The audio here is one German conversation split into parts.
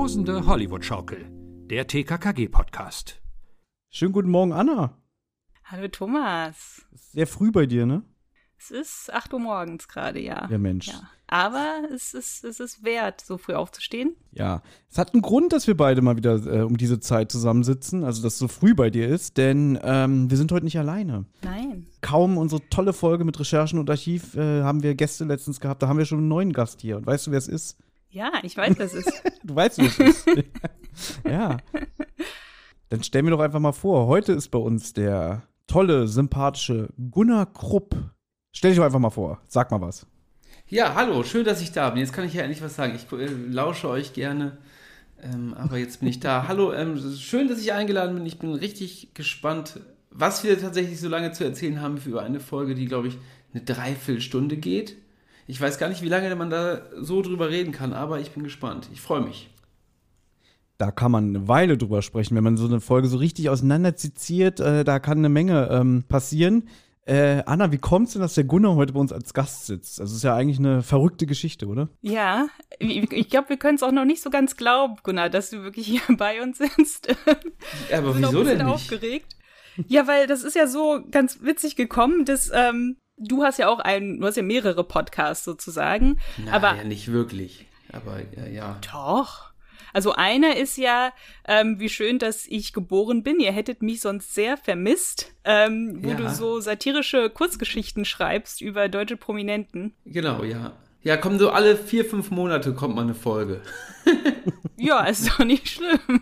Tosende Hollywood-Schaukel, der TKKG-Podcast. Schönen guten Morgen, Anna. Hallo Thomas. Sehr früh bei dir, ne? Es ist 8 Uhr morgens gerade, ja. Ja, Mensch. Ja. Aber es ist wert, so früh aufzustehen. Ja, es hat einen Grund, dass wir beide mal wieder um diese Zeit zusammensitzen, also dass es so früh bei dir ist, denn wir sind heute nicht alleine. Nein. Kaum unsere tolle Folge mit Recherchen und Archiv haben wir Gäste letztens gehabt, da haben wir schon einen neuen Gast hier. Und weißt du, wer es ist? Ja, ich weiß, wer es ist. Du weißt, wer es ist. Ja. Dann stell mir doch einfach mal vor, heute ist bei uns der tolle, sympathische Gunnar Krupp. Stell dich doch einfach mal vor, sag mal was. Ja, hallo, schön, dass ich da bin. Jetzt kann ich ja endlich was sagen. Ich lausche euch gerne, aber jetzt bin ich da. Hallo, schön, dass ich eingeladen bin. Ich bin richtig gespannt, was wir tatsächlich so lange zu erzählen haben für eine Folge, die, glaube ich, eine Dreiviertelstunde geht. Ich weiß gar nicht, wie lange man da so drüber reden kann, aber ich bin gespannt. Ich freue mich. Da kann man eine Weile drüber sprechen, wenn man so eine Folge so richtig auseinanderziziert, da kann eine Menge passieren. Anna, wie kommt es denn, dass der Gunnar heute bei uns als Gast sitzt? Also, es ist ja eigentlich eine verrückte Geschichte, oder? Ja, ich glaube, wir können es auch noch nicht so ganz glauben, Gunnar, dass du wirklich hier bei uns sitzt. Ja, aber wieso denn nicht? Aufgeregt. Ja, weil das ist ja so ganz witzig gekommen, dass du hast ja mehrere Podcasts sozusagen. Naja, aber ja, nicht wirklich. Aber ja. Doch. Also einer ist ja, wie schön, dass ich geboren bin. Ihr hättet mich sonst sehr vermisst, wo du so satirische Kurzgeschichten schreibst über deutsche Prominenten. Genau, ja. Ja, kommen so alle 4-5 Monate kommt mal eine Folge. Ja, ist doch nicht schlimm.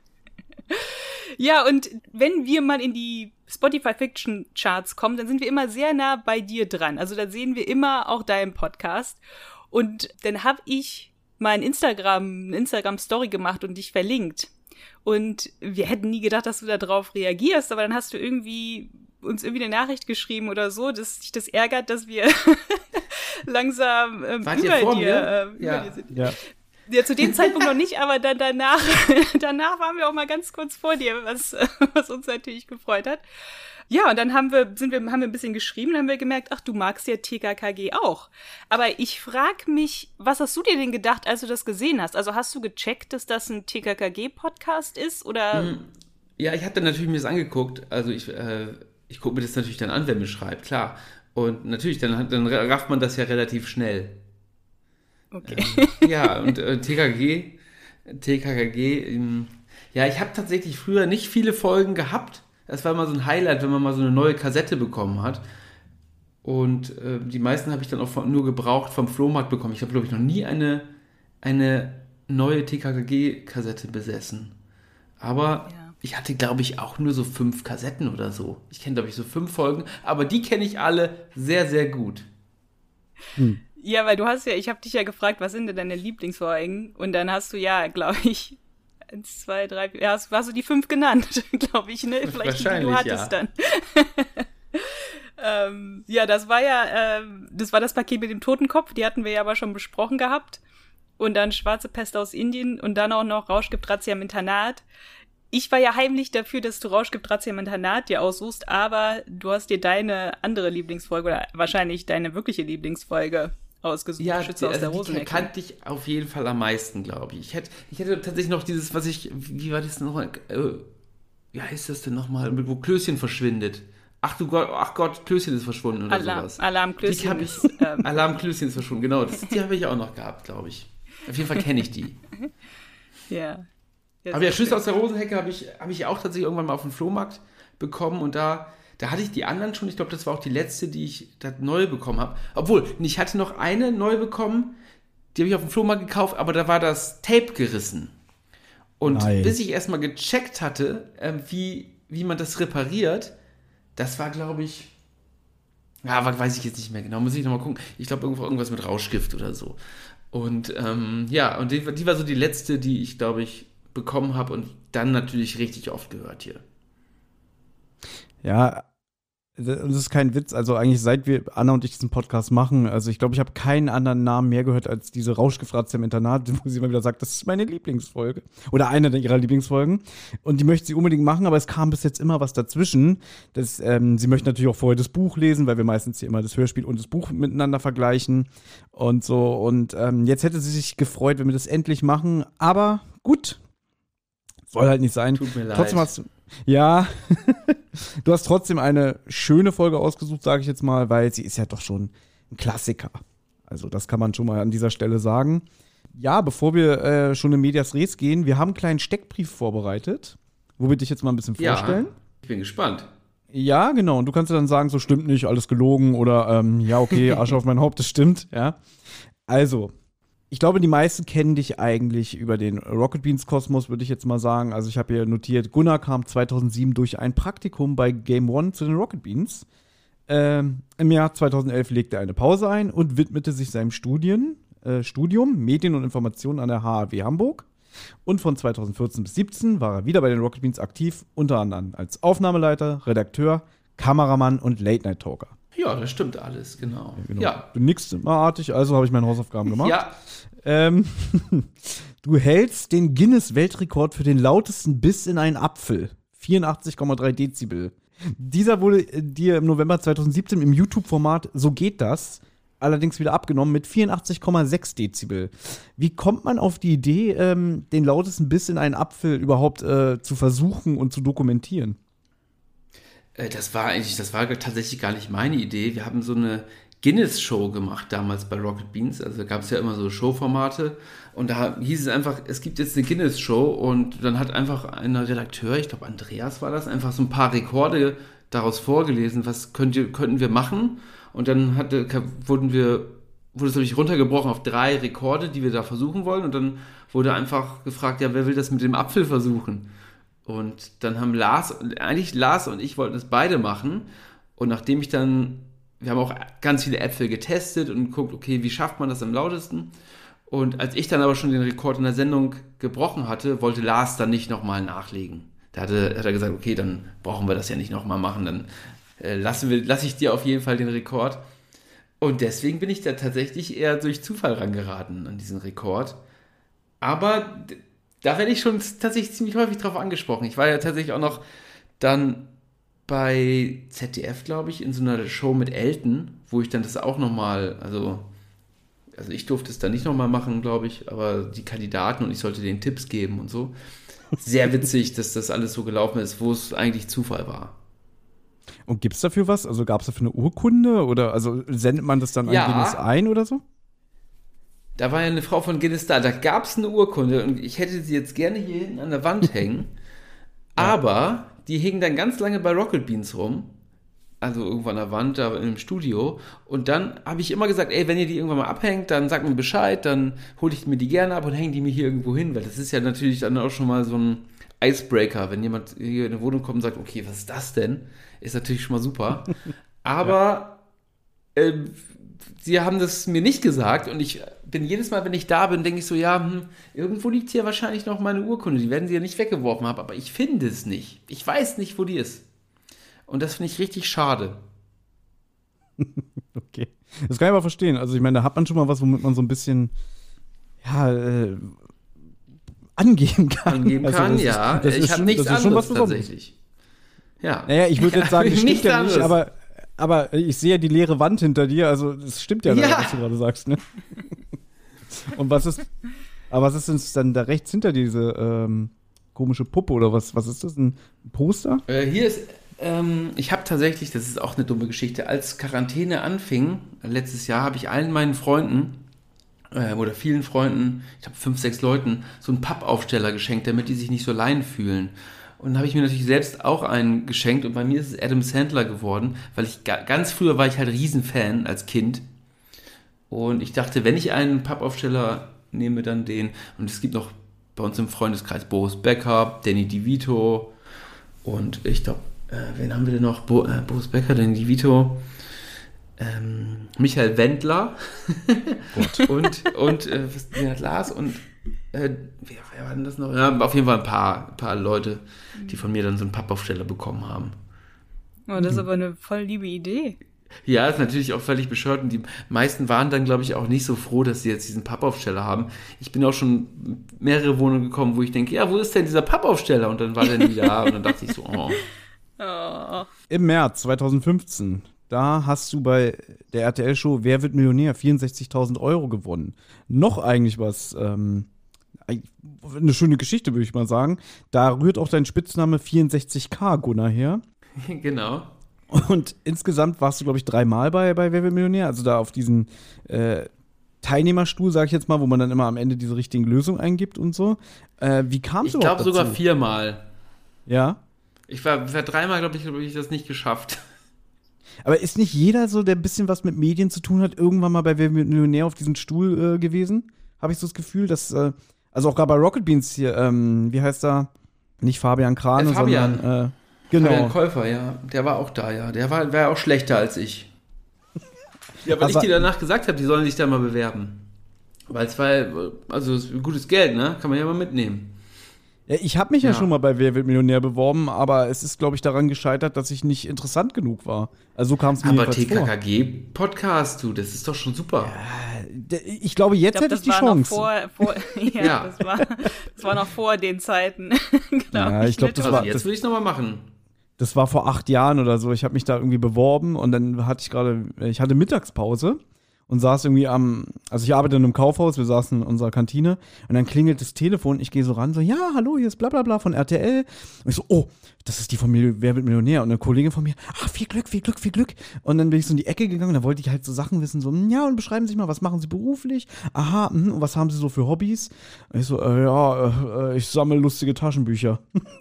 Ja, und wenn wir mal in die Spotify Fiction Charts kommen, dann sind wir immer sehr nah bei dir dran. Also da sehen wir immer auch deinen Podcast. Und dann habe ich mal eine Instagram-Story gemacht und dich verlinkt. Und wir hätten nie gedacht, dass du da drauf reagierst, aber dann hast du uns eine Nachricht geschrieben oder so, dass dich das ärgert, dass wir langsam über dir sind. Ja. Ja, zu dem Zeitpunkt noch nicht, aber dann danach waren wir auch mal ganz kurz vor dir, was uns natürlich gefreut hat. Ja, und dann haben wir ein bisschen geschrieben, haben wir gemerkt, ach, du magst ja TKKG auch. Aber ich frage mich, was hast du dir denn gedacht, als du das gesehen hast? Also hast du gecheckt, dass das ein TKKG-Podcast ist, oder? Ja, ich hatte natürlich mir das angeguckt. Also ich gucke mir das natürlich dann an, wer mir schreibt, klar. Und natürlich, dann rafft man das ja relativ schnell. Okay. Ja, und TKKG, ja, ich habe tatsächlich früher nicht viele Folgen gehabt. Das war immer so ein Highlight, wenn man mal so eine neue Kassette bekommen hat. Und die meisten habe ich dann auch nur gebraucht vom Flohmarkt bekommen. Ich habe, glaube ich, noch nie eine neue TKKG-Kassette besessen. Aber ich hatte, glaube ich, auch nur so 5 Kassetten oder so. Ich kenne, glaube ich, so 5 Folgen. Aber die kenne ich alle sehr, sehr gut. Ja, weil ich habe dich ja gefragt, was sind denn deine Lieblingsfolgen? Und dann hast du glaube ich, 1, 2, 3, hast du die 5 genannt, glaube ich, ne? Vielleicht die du hattest dann. Das war das Paket mit dem Totenkopf, die hatten wir ja aber schon besprochen gehabt. Und dann Schwarze Pest aus Indien und dann auch noch Rausch gibt Razzia im Internat. Ich war ja heimlich dafür, dass du Rausch gibt Razzia im Internat dir aussuchst, aber du hast dir deine andere Lieblingsfolge oder wahrscheinlich deine wirkliche Lieblingsfolge ausgesucht. Ja, Schütze aus der Rosenhecke. Die kannte ich auf jeden Fall am meisten, glaube ich. Ich hätte tatsächlich noch dieses, wie war das nochmal, wie heißt das denn nochmal, wo Klößchen verschwindet. Ach Gott, Klößchen ist verschwunden oder sowas. Alarm, Klößchen Alarm, Klößchen ist verschwunden, genau. Die habe ich auch noch gehabt, glaube ich. Auf jeden Fall kenne ich die. Ja. Aber ja, Schüsse aus der Rosenhecke habe ich auch tatsächlich irgendwann mal auf dem Flohmarkt bekommen und da hatte ich die anderen schon. Ich glaube, das war auch die letzte, die ich da neu bekommen habe. Obwohl, ich hatte noch eine neu bekommen, die habe ich auf dem Flohmarkt gekauft, aber da war das Tape gerissen. Und bis ich erstmal gecheckt hatte, wie man das repariert, das war, glaube ich, weiß ich jetzt nicht mehr genau, muss ich nochmal gucken. Ich glaube, irgendwas mit Rauschgift oder so. Und und die war so die letzte, die ich, glaube ich, bekommen habe und dann natürlich richtig oft gehört hier. Ja, das ist kein Witz, also eigentlich seit wir, Anna und ich, diesen Podcast machen, also ich glaube, ich habe keinen anderen Namen mehr gehört als diese Rauschgefratze im Internat, wo sie immer wieder sagt, das ist meine Lieblingsfolge. Oder eine ihrer Lieblingsfolgen. Und die möchte sie unbedingt machen, aber es kam bis jetzt immer was dazwischen. Sie möchte natürlich auch vorher das Buch lesen, weil wir meistens hier immer das Hörspiel und das Buch miteinander vergleichen und so. Und jetzt hätte sie sich gefreut, wenn wir das endlich machen, aber gut. Soll halt nicht sein. Tut mir leid. Trotzdem hast du, ja, du hast trotzdem eine schöne Folge ausgesucht, sage ich jetzt mal, weil sie ist ja doch schon ein Klassiker. Also das kann man schon mal an dieser Stelle sagen. Ja, bevor wir schon in Medias Res gehen, wir haben einen kleinen Steckbrief vorbereitet, wo wir dich jetzt mal ein bisschen vorstellen. Ja, ich bin gespannt. Ja, genau. Und du kannst ja dann sagen, so stimmt nicht, alles gelogen oder ja, okay, Asche auf mein Haupt, das stimmt. Ja. Also, ich glaube, die meisten kennen dich eigentlich über den Rocket Beans Kosmos, würde ich jetzt mal sagen. Also ich habe hier notiert, Gunnar kam 2007 durch ein Praktikum bei Game One zu den Rocket Beans. Im Jahr 2011 legte er eine Pause ein und widmete sich seinem Studium Medien und Informationen an der HAW Hamburg. Und von 2014 bis 2017 war er wieder bei den Rocket Beans aktiv, unter anderem als Aufnahmeleiter, Redakteur, Kameramann und Late-Night-Talker. Ja, das stimmt alles, genau. Ja. Du nickst immer artig, also habe ich meine Hausaufgaben gemacht. Ja. Du hältst den Guinness-Weltrekord für den lautesten Biss in einen Apfel. 84,3 Dezibel. Dieser wurde dir im November 2017 im YouTube-Format So geht das allerdings wieder abgenommen mit 84,6 Dezibel. Wie kommt man auf die Idee, den lautesten Biss in einen Apfel überhaupt zu versuchen und zu dokumentieren? Das war tatsächlich gar nicht meine Idee. Wir haben so eine Guinness-Show gemacht damals bei Rocket Beans. Also da gab es ja immer so Showformate. Und da hieß es einfach, es gibt jetzt eine Guinness-Show. Und dann hat einfach ein Redakteur, ich glaube Andreas war das, einfach so ein paar Rekorde daraus vorgelesen. Was könnten wir machen? Und dann wurde es natürlich runtergebrochen auf 3 Rekorde, die wir da versuchen wollen. Und dann wurde einfach gefragt, ja, wer will das mit dem Apfel versuchen? Und dann haben Lars und ich wollten das beide machen. Und nachdem wir haben auch ganz viele Äpfel getestet und geguckt, okay, wie schafft man das am lautesten? Und als ich dann aber schon den Rekord in der Sendung gebrochen hatte, wollte Lars dann nicht nochmal nachlegen. Da hat er gesagt, okay, dann brauchen wir das ja nicht nochmal machen, dann lasse ich dir auf jeden Fall den Rekord. Und deswegen bin ich da tatsächlich eher durch Zufall rangeraten an diesen Rekord. Aber da werde ich schon tatsächlich ziemlich häufig drauf angesprochen. Ich war ja tatsächlich auch noch dann bei ZDF, glaube ich, in so einer Show mit Elton, wo ich dann das auch nochmal, also ich durfte es dann nicht nochmal machen, glaube ich, aber die Kandidaten und ich sollte denen Tipps geben und so. Sehr witzig, dass das alles so gelaufen ist, wo es eigentlich Zufall war. Und gibt es dafür was? Also gab es dafür eine Urkunde oder also sendet man das dann an Guinness ein oder so? Da war ja eine Frau von Guinness da gab es eine Urkunde und ich hätte sie jetzt gerne hier hinten an der Wand hängen, aber die hingen dann ganz lange bei Rocket Beans rum, also irgendwo an der Wand, da im Studio, und dann habe ich immer gesagt, ey, wenn ihr die irgendwann mal abhängt, dann sagt mir Bescheid, dann hole ich mir die gerne ab und hänge die mir hier irgendwo hin, weil das ist ja natürlich dann auch schon mal so ein Icebreaker, wenn jemand hier in eine Wohnung kommt und sagt, okay, was ist das denn? Ist natürlich schon mal super, aber sie haben das mir nicht gesagt und ich bin jedes Mal, wenn ich da bin, denke ich so, ja, irgendwo liegt hier wahrscheinlich noch meine Urkunde, die werden sie ja nicht weggeworfen haben, aber ich finde es nicht. Ich weiß nicht, wo die ist. Und das finde ich richtig schade. Okay. Das kann ich aber verstehen. Also ich meine, da hat man schon mal was, womit man so ein bisschen, angeben kann. Ich habe nichts anderes tatsächlich. Ja. Naja, ich würde jetzt sagen, das stimmt ja nicht, aber ich sehe ja die leere Wand hinter dir, also das stimmt ja, was du gerade sagst, ne? Und was ist denn dann da rechts hinter diese komische Puppe oder was ist das, ein Poster? Hier ist, ich habe tatsächlich, das ist auch eine dumme Geschichte, als Quarantäne anfing, letztes Jahr, habe ich allen meinen Freunden oder vielen Freunden, ich glaube 5, 6 Leuten, so einen Pappaufsteller geschenkt, damit die sich nicht so allein fühlen. Und habe ich mir natürlich selbst auch einen geschenkt und bei mir ist es Adam Sandler geworden, weil ganz früher war ich halt Riesenfan als Kind und ich dachte, wenn ich einen Pappaufsteller nehme, dann den. Und es gibt noch bei uns im Freundeskreis Boris Becker, Danny DeVito und ich glaube, wen haben wir denn noch? Boris Becker, Danny DeVito, Michael Wendler und Lars und wer war denn das noch? Ja, auf jeden Fall ein paar Leute, die von mir dann so einen Pappaufsteller bekommen haben. Oh, das ist aber eine voll liebe Idee. Ja, ist natürlich auch völlig bescheuert und die meisten waren dann, glaube ich, auch nicht so froh, dass sie jetzt diesen Pappaufsteller haben. Ich bin auch schon mehrere Wohnungen gekommen, wo ich denke, ja, wo ist denn dieser Pappaufsteller? Und dann war der nie da und dann dachte ich so, oh. Oh. Im März 2015, da hast du bei der RTL-Show Wer wird Millionär 64.000 Euro gewonnen. Noch eigentlich was, eine schöne Geschichte, würde ich mal sagen. Da rührt auch dein Spitzname 64K, Gunnar, her. Genau. Und insgesamt warst du, glaube ich, 3-mal bei Wer wird Millionär. Also da auf diesen Teilnehmerstuhl, sage ich jetzt mal, wo man dann immer am Ende diese richtigen Lösungen eingibt und so. Wie kam es Ich glaube sogar 4-mal. Ja? Ich war 3-mal, glaube ich, das nicht geschafft. Aber ist nicht jeder so, der ein bisschen was mit Medien zu tun hat, irgendwann mal bei Wer wird Millionär auf diesem Stuhl gewesen? Habe ich so das Gefühl, dass, also auch gerade bei Rocket Beans hier, wie heißt er? Nicht Fabian Krane, Fabian. sondern, genau. Fabian Käufer, ja. Der war auch da, ja. Der war auch schlechter als ich. Ja, weil Also, ich dir danach gesagt habe, die sollen sich da mal bewerben. Weil es war, also es ist gutes Geld, ne? Kann man ja mal mitnehmen. Ja, ich habe mich ja schon mal bei Wer wird Millionär beworben, aber es ist, glaube ich, daran gescheitert, dass ich nicht interessant genug war. Also so kam es mir Aber jedenfalls vor. TKKG-Podcast, du, das ist doch schon super. Ich glaube, jetzt hätte ich die Chance. Ja. Das war noch vor den Zeiten. Ja, ich glaube, das Also war jetzt würde ich es nochmal machen. Das war vor 8 Jahren oder so. Ich habe mich da irgendwie beworben und dann ich hatte Mittagspause und saß irgendwie also ich arbeite in einem Kaufhaus, wir saßen in unserer Kantine und dann klingelt das Telefon, ich gehe so ran, so, ja, hallo, hier ist bla bla bla von RTL. Und ich so, oh, das ist die von Wer wird Millionär? Und eine Kollegin von mir, viel Glück, viel Glück, viel Glück. Und dann bin ich so in die Ecke gegangen und da wollte ich halt so Sachen wissen, so, ja, und beschreiben Sie mal, was machen Sie beruflich? Aha, und was haben Sie so für Hobbys? Und ich so, ich sammle lustige Taschenbücher.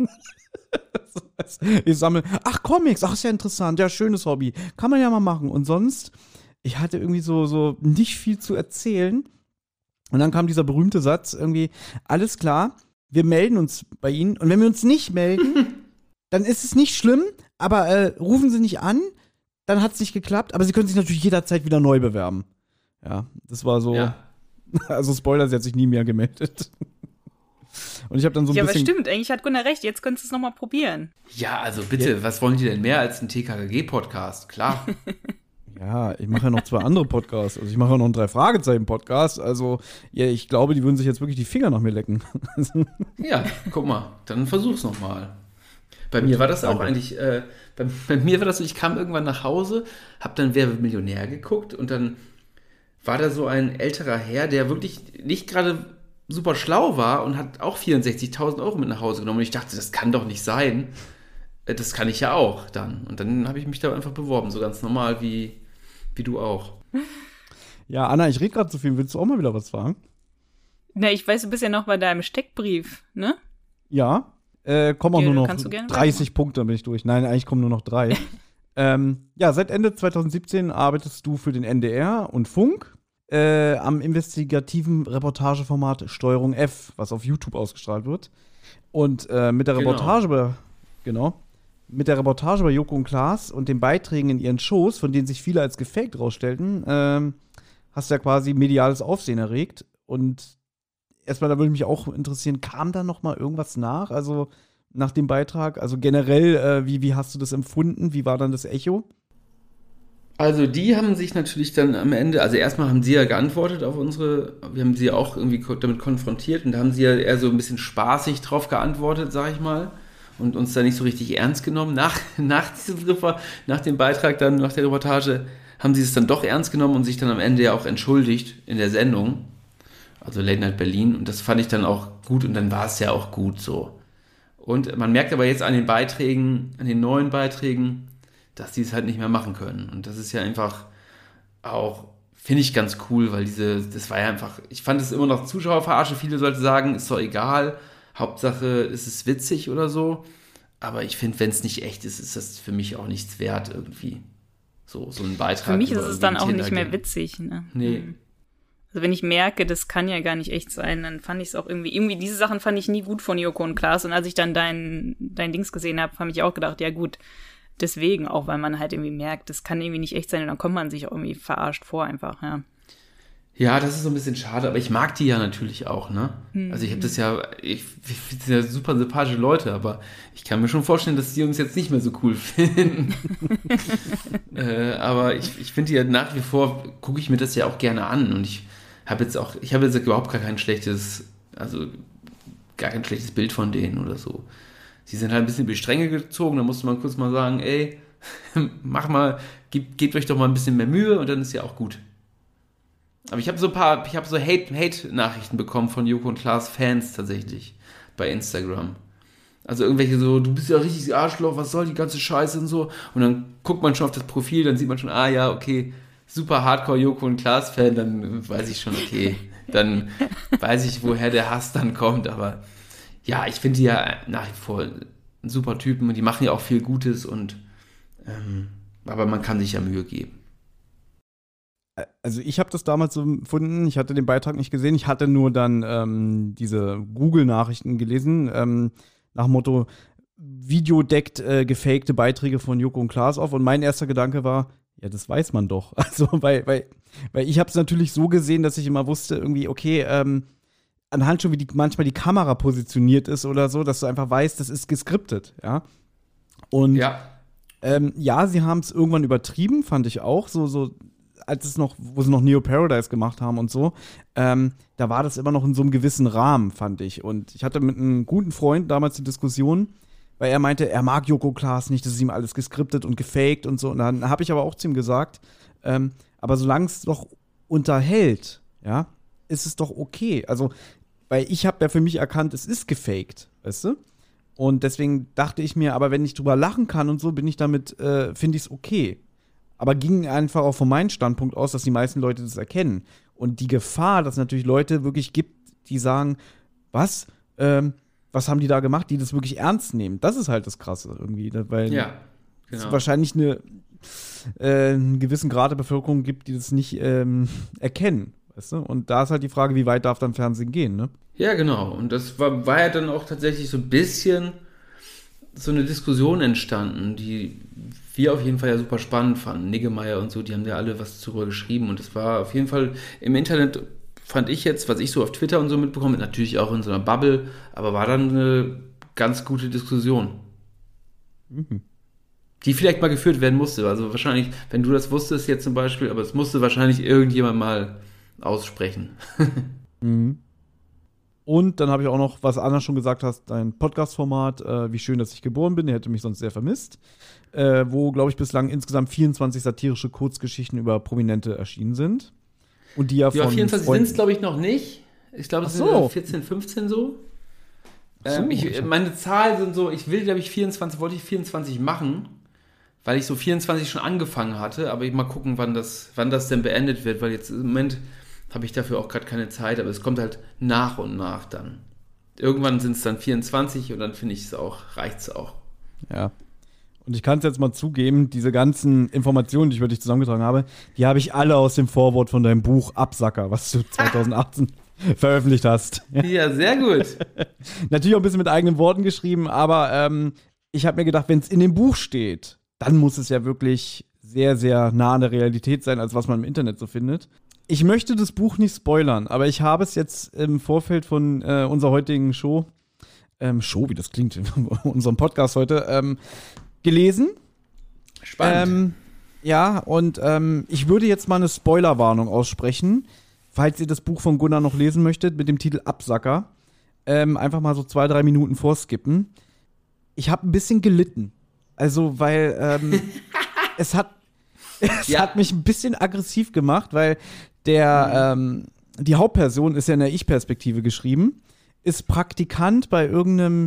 Ich sammle, Comics, ist ja interessant, ja, schönes Hobby, kann man ja mal machen. Und sonst, ich hatte irgendwie so nicht viel zu erzählen. Und dann kam dieser berühmte Satz irgendwie, alles klar, wir melden uns bei Ihnen. Und wenn wir uns nicht melden, dann ist es nicht schlimm, aber rufen Sie nicht an, dann hat es nicht geklappt. Aber Sie können sich natürlich jederzeit wieder neu bewerben. Ja, das war so, ja. Also Spoiler, sie hat sich nie mehr gemeldet. Und ich habe dann so ein bisschen. Ja, aber stimmt, eigentlich hat Gunnar recht, jetzt könntest du es nochmal probieren. Ja, also bitte, was wollen die denn mehr als ein TKKG-Podcast? Klar. Ja, ich mache ja noch 2 andere Podcasts. Also ich mache ja noch einen 3-Fragezeichen-Podcast. Also, ja, ich glaube, die würden sich jetzt wirklich die Finger nach mir lecken. Ja, guck mal, dann versuch's nochmal. Bei mir war das auch eigentlich, bei mir war das so, ich kam irgendwann nach Hause, hab dann Wer wird Millionär geguckt und dann war da so ein älterer Herr, der wirklich nicht gerade super schlau war und hat auch 64.000 Euro mit nach Hause genommen. Und ich dachte, das kann doch nicht sein. Das kann ich ja auch dann. Und dann habe ich mich da einfach beworben, so ganz normal wie du auch. Ja, Anna, ich rede gerade so viel. Willst du auch mal wieder was fragen? Na, ich weiß, du bist ja noch bei deinem Steckbrief, ne? Ja, kommen auch nur noch 30 Punkte, dann bin ich durch. Nein, eigentlich kommen nur noch 3. Ja, seit Ende 2017 arbeitest du für den NDR und Funk am investigativen Reportageformat Steuerung F, was auf YouTube ausgestrahlt wird. Und mit der Reportage bei Joko und Klaas und den Beiträgen in ihren Shows, von denen sich viele als gefaked rausstellten, hast du ja quasi mediales Aufsehen erregt. Und erstmal, da würde mich auch interessieren, kam da noch mal irgendwas nach? Also nach dem Beitrag? Also generell, wie hast du das empfunden? Wie war dann das Echo? Also die haben sich natürlich dann am Ende, also erstmal haben sie ja geantwortet auf wir haben sie ja auch irgendwie damit konfrontiert und da haben sie ja eher so ein bisschen spaßig drauf geantwortet, sag ich mal, und uns da nicht so richtig ernst genommen. Nach dem Beitrag dann, nach der Reportage, haben sie es dann doch ernst genommen und sich dann am Ende ja auch entschuldigt in der Sendung, also Late Night Berlin, und das fand ich dann auch gut und dann war es ja auch gut so. Und man merkt aber jetzt an den Beiträgen, an den neuen Beiträgen, dass die es halt nicht mehr machen können. Und das ist ja einfach auch, finde ich ganz cool, weil das war ja einfach, ich fand es immer noch Zuschauerverarsche. Viele Leute sagen, ist doch egal, Hauptsache ist es witzig oder so. Aber ich finde, wenn es nicht echt ist, ist das für mich auch nichts wert irgendwie. So ein Beitrag. Für mich ist es dann auch nicht mehr witzig, ne? Nee. Also wenn ich merke, das kann ja gar nicht echt sein, dann fand ich es auch irgendwie diese Sachen fand ich nie gut von Joko und Klaas. Und als ich dann dein Dings gesehen habe, habe ich auch gedacht, ja gut, deswegen auch, weil man halt irgendwie merkt, das kann irgendwie nicht echt sein und dann kommt man sich auch irgendwie verarscht vor einfach, ja. Ja, das ist so ein bisschen schade, aber ich mag die ja natürlich auch, ne? Also ich finde ja super sympathische Leute, aber ich kann mir schon vorstellen, dass die uns jetzt nicht mehr so cool finden. Aber ich finde die ja nach wie vor, gucke ich mir das ja auch gerne an und ich habe jetzt überhaupt gar kein schlechtes Bild von denen oder so. Sie sind halt ein bisschen über die Stränge gezogen, da musste man kurz mal sagen, ey, gebt euch doch mal ein bisschen mehr Mühe und dann ist ja auch gut. Aber ich habe so Hate-Nachrichten bekommen von Joko und Klaas Fans tatsächlich bei Instagram. Also irgendwelche so, du bist ja richtig Arschloch, was soll die ganze Scheiße und so. Und dann guckt man schon auf das Profil, dann sieht man schon, ja, okay, super Hardcore Joko und Klaas Fan, dann weiß ich schon, okay, dann weiß ich, woher der Hass dann kommt. Aber ja, ich finde die ja nach wie vor super Typen und die machen ja auch viel Gutes aber man kann sich ja Mühe geben. Also ich habe das damals so empfunden, ich hatte den Beitrag nicht gesehen, ich hatte nur dann diese Google-Nachrichten gelesen, nach dem Motto, Video deckt gefakte Beiträge von Joko und Klaas auf und mein erster Gedanke war, ja, das weiß man doch. Also, weil ich habe es natürlich so gesehen, dass ich immer wusste, irgendwie, okay, anhand schon, wie manchmal die Kamera positioniert ist oder so, dass du einfach weißt, das ist geskriptet, ja. Und ja, sie haben es irgendwann übertrieben, fand ich auch, so wo sie noch Neo Paradise gemacht haben und so, da war das immer noch in so einem gewissen Rahmen, fand ich. Und ich hatte mit einem guten Freund damals die Diskussion, weil er meinte, er mag Joko Klaas nicht, das ist ihm alles geskriptet und gefaked und so. Und dann habe ich aber auch zu ihm gesagt, aber solange es doch unterhält, ja, ist es doch okay. Also, weil ich habe ja für mich erkannt, es ist gefaked, weißt du? Und deswegen dachte ich mir, aber wenn ich drüber lachen kann und so, bin ich damit, finde ich es okay. Aber ging einfach auch von meinem Standpunkt aus, dass die meisten Leute das erkennen. Und die Gefahr, dass es natürlich Leute wirklich gibt, die sagen, was haben die da gemacht, die das wirklich ernst nehmen. Das ist halt das Krasse irgendwie. Weil es wahrscheinlich einen gewissen Grad der Bevölkerung gibt, die das nicht erkennen. Weißt du? Und da ist halt die Frage, wie weit darf dann Fernsehen gehen, ne? Ja, genau. Und das war ja dann auch tatsächlich so ein bisschen so eine Diskussion entstanden, die wir auf jeden Fall ja super spannend fanden. Niggemeier und so, die haben ja alle was darüber geschrieben. Und es war auf jeden Fall im Internet, fand ich jetzt, was ich so auf Twitter und so mitbekomme, natürlich auch in so einer Bubble, aber war dann eine ganz gute Diskussion. Die vielleicht mal geführt werden musste. Also wahrscheinlich, wenn du das wusstest jetzt zum Beispiel, aber es musste wahrscheinlich irgendjemand mal aussprechen. Und dann habe ich auch noch, was Anna schon gesagt hast, dein Podcast-Format, wie schön, dass ich geboren bin, der hätte mich sonst sehr vermisst, wo, glaube ich, bislang insgesamt 24 satirische Kurzgeschichten über Prominente erschienen sind. Und die ja von 24 sind es, glaube ich, noch nicht. Ich glaube, es sind 14, 15 so. Meine Zahlen sind so, wollte ich 24 machen, weil ich so 24 schon angefangen hatte, aber ich mal gucken, wann das denn beendet wird, weil jetzt im Moment habe ich dafür auch gerade keine Zeit, aber es kommt halt nach und nach dann. Irgendwann sind es dann 24 und dann finde ich reicht es auch. Ja. Und ich kann es jetzt mal zugeben, diese ganzen Informationen, die ich über dich zusammengetragen habe, die habe ich alle aus dem Vorwort von deinem Buch Absacker, was du 2018 veröffentlicht hast. Ja, sehr gut. Natürlich auch ein bisschen mit eigenen Worten geschrieben, aber ich habe mir gedacht, wenn es in dem Buch steht, dann muss es ja wirklich sehr, sehr nah an der Realität sein, als was man im Internet so findet. Ich möchte das Buch nicht spoilern, aber ich habe es jetzt im Vorfeld von unserer heutigen Show, wie das klingt, unserem Podcast heute, gelesen. Spannend. Ja, und ich würde jetzt mal eine Spoilerwarnung aussprechen, falls ihr das Buch von Gunnar noch lesen möchtet, mit dem Titel Absacker. Einfach mal so 2-3 Minuten vorskippen. Ich habe ein bisschen gelitten. Also, weil es hat mich ein bisschen aggressiv gemacht, weil die Hauptperson ist ja in der Ich-Perspektive geschrieben, ist Praktikant bei irgendeinem,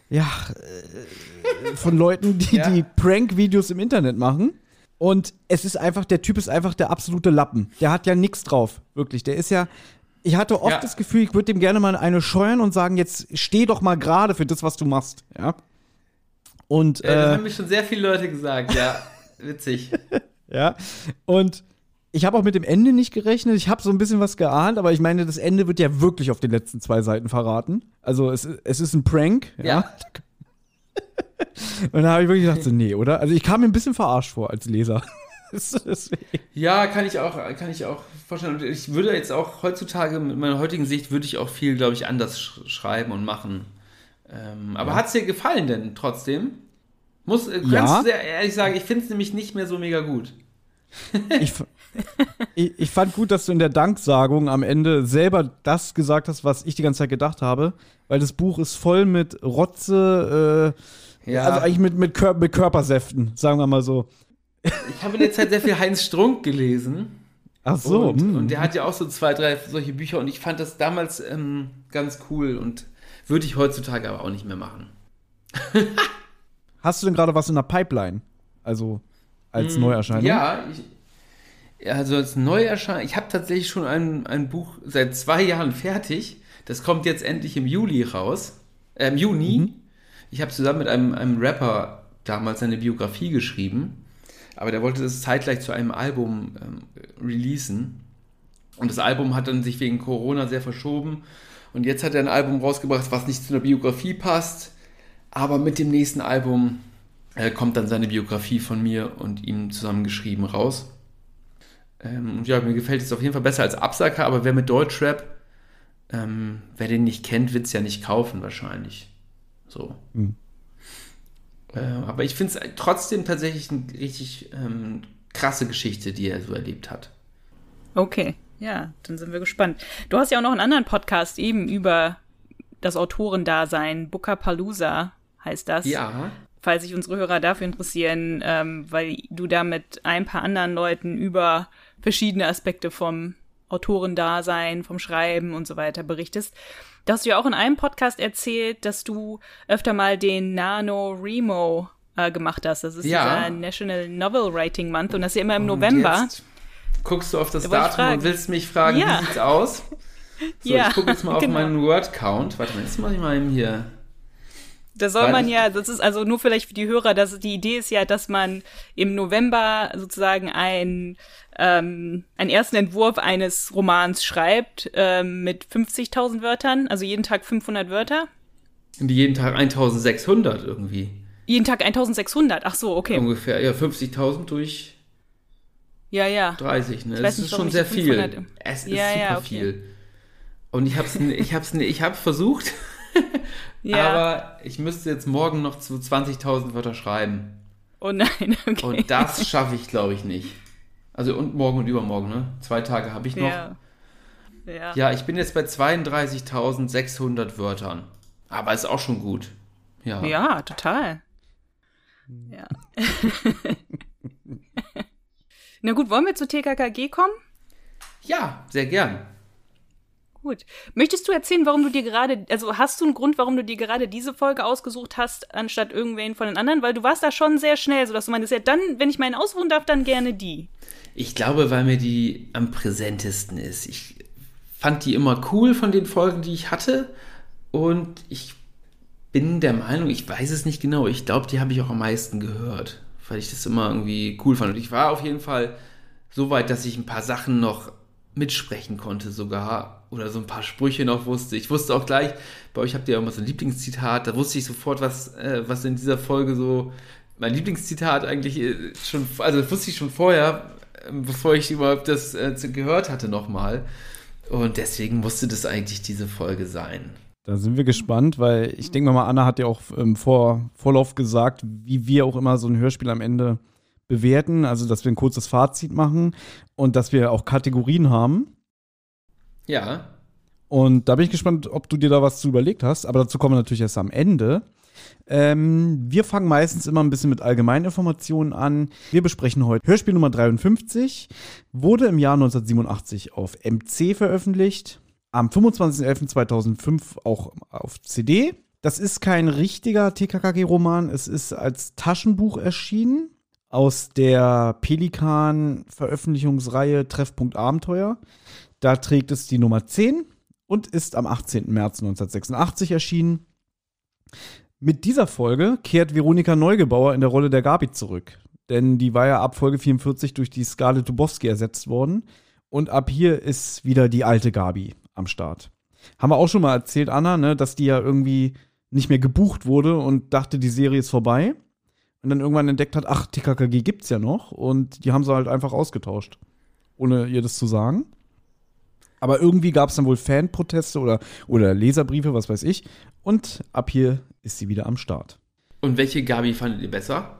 von Leuten, die Prank-Videos im Internet machen. Und der Typ ist einfach der absolute Lappen. Der hat ja nichts drauf, wirklich. Ich hatte oft das Gefühl, ich würde dem gerne mal eine scheuern und sagen, jetzt steh doch mal gerade für das, was du machst, ja. Und, das haben mir schon sehr viele Leute gesagt, ja. Witzig. Ja, und ich habe auch mit dem Ende nicht gerechnet. Ich habe so ein bisschen was geahnt, aber ich meine, das Ende wird ja wirklich auf den letzten 2 Seiten verraten. Also es ist ein Prank. Ja. Und da habe ich wirklich gedacht, so, nee, oder? Also ich kam mir ein bisschen verarscht vor als Leser. Deswegen. Ja, kann ich auch vorstellen. Und ich würde jetzt auch heutzutage, mit meiner heutigen Sicht, würde ich auch viel, glaube ich, anders schreiben und machen. Aber hat es dir gefallen denn trotzdem? Kannst du sehr ehrlich sagen, ich finde es nämlich nicht mehr so mega gut. Ich fand gut, dass du in der Danksagung am Ende selber das gesagt hast, was ich die ganze Zeit gedacht habe, weil das Buch ist voll mit Rotze, also eigentlich mit Körpersäften, sagen wir mal so. Ich habe in der Zeit sehr viel Heinz Strunk gelesen. Ach so. Und der hat ja auch so 2, 3 solche Bücher und ich fand das damals ganz cool und würde ich heutzutage aber auch nicht mehr machen. Hast du denn gerade was in der Pipeline? Also als Neuerscheinung? Ja, also als Neuerscheinung. Ich habe tatsächlich schon ein Buch seit 2 Jahren fertig. Das kommt jetzt endlich im Juli raus. Im Juni. Ich habe zusammen mit einem Rapper damals seine Biografie geschrieben. Aber der wollte das zeitgleich zu einem Album releasen. Und das Album hat dann sich wegen Corona sehr verschoben. Und jetzt hat er ein Album rausgebracht, was nicht zu einer Biografie passt. Aber mit dem nächsten Album kommt dann seine Biografie von mir und ihm zusammengeschrieben raus. Und ja, mir gefällt es auf jeden Fall besser als Absacker. Aber wer mit Deutschrap, wer den nicht kennt, wird es ja nicht kaufen wahrscheinlich. So. Aber ich finde es trotzdem tatsächlich eine richtig krasse Geschichte, die er so erlebt hat. Okay, ja, dann sind wir gespannt. Du hast ja auch noch einen anderen Podcast eben über das Autorendasein. Bookapalooza heißt das. Ja. Falls sich unsere Hörer dafür interessieren, weil du da mit ein paar anderen Leuten über verschiedene Aspekte vom Autorendasein, vom Schreiben und so weiter berichtest. Da hast du ja auch in einem Podcast erzählt, dass du öfter mal den NaNoWriMo gemacht hast. Das ist dieser National Novel Writing Month und das ist ja immer im November. Jetzt guckst du auf das Datum und willst mich fragen, wie sieht's aus? So, ich gucke jetzt mal auf meinen Word-Count. Warte mal, jetzt muss ich mal eben hier... Da soll man das ist also nur vielleicht für die Hörer, die Idee ist ja, dass man im November sozusagen einen ersten Entwurf eines Romans schreibt mit 50.000 Wörtern, also jeden Tag 500 Wörter. Und jeden Tag 1.600 irgendwie. Jeden Tag 1.600, ach so, okay. Ungefähr, ja, 50.000 durch 30, ne? Das ist schon sehr viel. Es ist super viel. Und ich hab's versucht, aber ich müsste jetzt morgen noch zu 20.000 Wörter schreiben. Oh nein, okay. Und das schaffe ich, glaube ich, nicht. Also und morgen und übermorgen, ne? 2 Tage habe ich noch. Ja, ich bin jetzt bei 32.600 Wörtern. Aber ist auch schon gut. Ja, total. Ja. Na gut, wollen wir zu TKKG kommen? Ja, sehr gern. Gut. Möchtest du erzählen, warum du dir hast du einen Grund, warum du dir gerade diese Folge ausgesucht hast, anstatt irgendwen von den anderen? Weil du warst da schon sehr schnell, sodass du meintest, ja dann, wenn ich meinen ausruhen darf, dann gerne die. Ich glaube, weil mir die am präsentesten ist. Ich fand die immer cool von den Folgen, die ich hatte. Und ich bin der Meinung, ich weiß es nicht genau, ich glaube, die habe ich auch am meisten gehört, weil ich das immer irgendwie cool fand. Und ich war auf jeden Fall so weit, dass ich ein paar Sachen noch mitsprechen konnte sogar oder so ein paar Sprüche noch wusste. Ich wusste auch gleich, bei euch habt ihr ja immer so ein Lieblingszitat, da wusste ich sofort, was in dieser Folge so mein Lieblingszitat eigentlich schon, also das wusste ich schon vorher, bevor ich überhaupt das gehört hatte nochmal. Und deswegen musste das eigentlich diese Folge sein. Da sind wir gespannt, weil ich denke mal, Anna hat ja auch im Vorlauf gesagt, wie wir auch immer so ein Hörspiel am Ende bewerten, also dass wir ein kurzes Fazit machen und dass wir auch Kategorien haben. Ja. Und da bin ich gespannt, ob du dir da was zu überlegt hast, aber dazu kommen wir natürlich erst am Ende. Wir fangen meistens immer ein bisschen mit Allgemeininformationen an. Wir besprechen heute Hörspiel Nummer 53, wurde im Jahr 1987 auf MC veröffentlicht, am 25.11.2005 auch auf CD. Das ist kein richtiger TKKG-Roman, es ist als Taschenbuch erschienen aus der Pelikan-Veröffentlichungsreihe Treffpunkt Abenteuer. Da trägt es die Nummer 10 und ist am 18. März 1986 erschienen. Mit dieser Folge kehrt Veronika Neugebauer in der Rolle der Gabi zurück. Denn die war ja ab Folge 44 durch die Scarlett Dubowski ersetzt worden. Und ab hier ist wieder die alte Gabi am Start. Haben wir auch schon mal erzählt, Anna, ne, dass die ja irgendwie nicht mehr gebucht wurde und dachte, die Serie ist vorbei. Und und dann irgendwann entdeckt hat, ach, TKKG gibt's ja noch und die haben sie halt einfach ausgetauscht, ohne ihr das zu sagen. Aber irgendwie gab es dann wohl Fanproteste oder Leserbriefe, was weiß ich. Und ab hier ist sie wieder am Start. Und welche Gabi fandet ihr besser?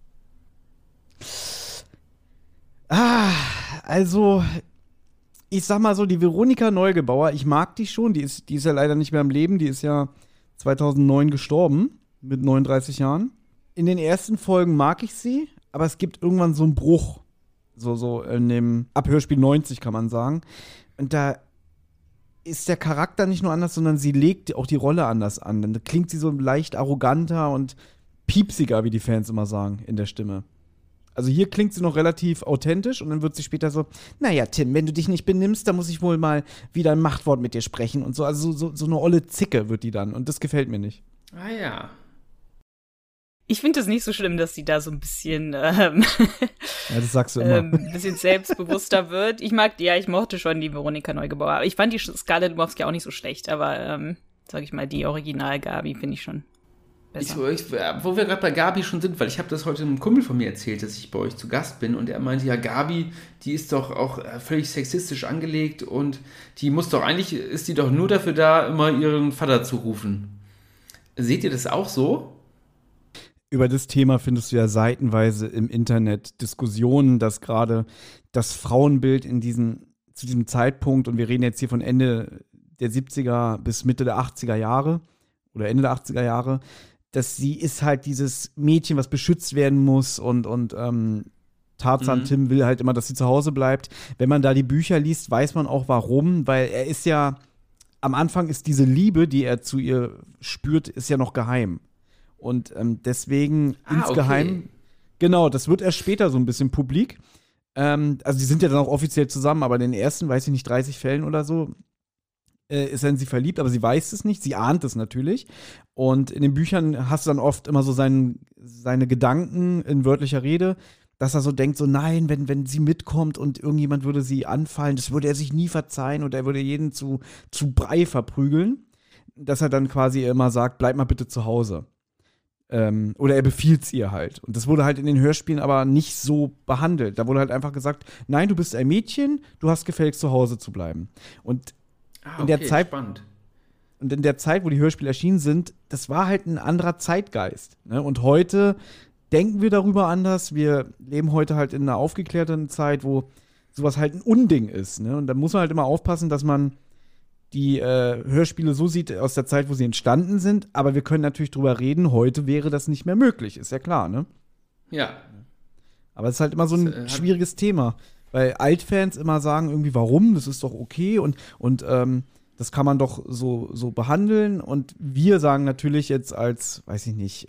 Also, ich sag mal so, die Veronika Neugebauer, ich mag die schon. Die ist ja leider nicht mehr am Leben. Die ist ja 2009 gestorben, mit 39 Jahren. In den ersten Folgen mag ich sie, aber es gibt irgendwann so einen Bruch. So in dem Abhörspiel 90, kann man sagen. Und da ist der Charakter nicht nur anders, sondern sie legt auch die Rolle anders an. Dann klingt sie so leicht arroganter und piepsiger, wie die Fans immer sagen, in der Stimme. Also hier klingt sie noch relativ authentisch und dann wird sie später so, naja, Tim, wenn du dich nicht benimmst, dann muss ich wohl mal wieder ein Machtwort mit dir sprechen und so. Also so eine olle Zicke wird die dann und das gefällt mir nicht. Ah ja. Ich finde es nicht so schlimm, dass sie da so ein bisschen Ja, das sagst du immer. ein bisschen selbstbewusster wird. Ich mochte schon die Veronika Neugebauer. Aber ich fand die Scarlett Lebowski auch nicht so schlecht. Aber, sag ich mal, die Original-Gabi finde ich schon besser. Wo wir gerade bei Gabi schon sind, weil ich habe das heute einem Kumpel von mir erzählt, dass ich bei euch zu Gast bin und er meinte, ja, Gabi, die ist doch auch völlig sexistisch angelegt und ist die doch nur dafür da, immer ihren Vater zu rufen. Seht ihr das auch so? Über das Thema findest du ja seitenweise im Internet Diskussionen, dass gerade das Frauenbild zu diesem Zeitpunkt, und wir reden jetzt hier von Ende der 70er bis Mitte der 80er Jahre oder Ende der 80er Jahre, dass sie ist halt dieses Mädchen, was beschützt werden muss und Tarzan Tim will halt immer, dass sie zu Hause bleibt. Wenn man da die Bücher liest, weiß man auch warum, weil er ist ja, am Anfang ist diese Liebe, die er zu ihr spürt, ist ja noch geheim. Und deswegen insgeheim, okay. Genau, das wird erst später so ein bisschen publik. Also die sind ja dann auch offiziell zusammen, aber in den ersten, weiß ich nicht, 30 Fällen oder so, ist er in sie verliebt, aber sie weiß es nicht, sie ahnt es natürlich. Und in den Büchern hast du dann oft immer so seine Gedanken in wörtlicher Rede, dass er so denkt, so nein, wenn sie mitkommt und irgendjemand würde sie anfallen, das würde er sich nie verzeihen und er würde jeden zu Brei verprügeln. Dass er dann quasi immer sagt, bleib mal bitte zu Hause. Oder er befiehlt es ihr halt. Und das wurde halt in den Hörspielen aber nicht so behandelt. Da wurde halt einfach gesagt, nein, du bist ein Mädchen, du hast gefälligst zu Hause zu bleiben. Und in der Zeit, spannend. Und in der Zeit, wo die Hörspiele erschienen sind, das war halt ein anderer Zeitgeist. Ne? Und heute denken wir darüber anders. Wir leben heute halt in einer aufgeklärten Zeit, wo sowas halt ein Unding ist. Ne? Und da muss man halt immer aufpassen, dass man die Hörspiele so sieht aus der Zeit, wo sie entstanden sind. Aber wir können natürlich drüber reden, heute wäre das nicht mehr möglich. Ist ja klar, ne? Ja. Aber es ist halt immer so ein schwieriges Thema. Weil Altfans immer sagen irgendwie, warum? Das ist doch okay und das kann man doch so behandeln. Und wir sagen natürlich jetzt als, weiß ich nicht,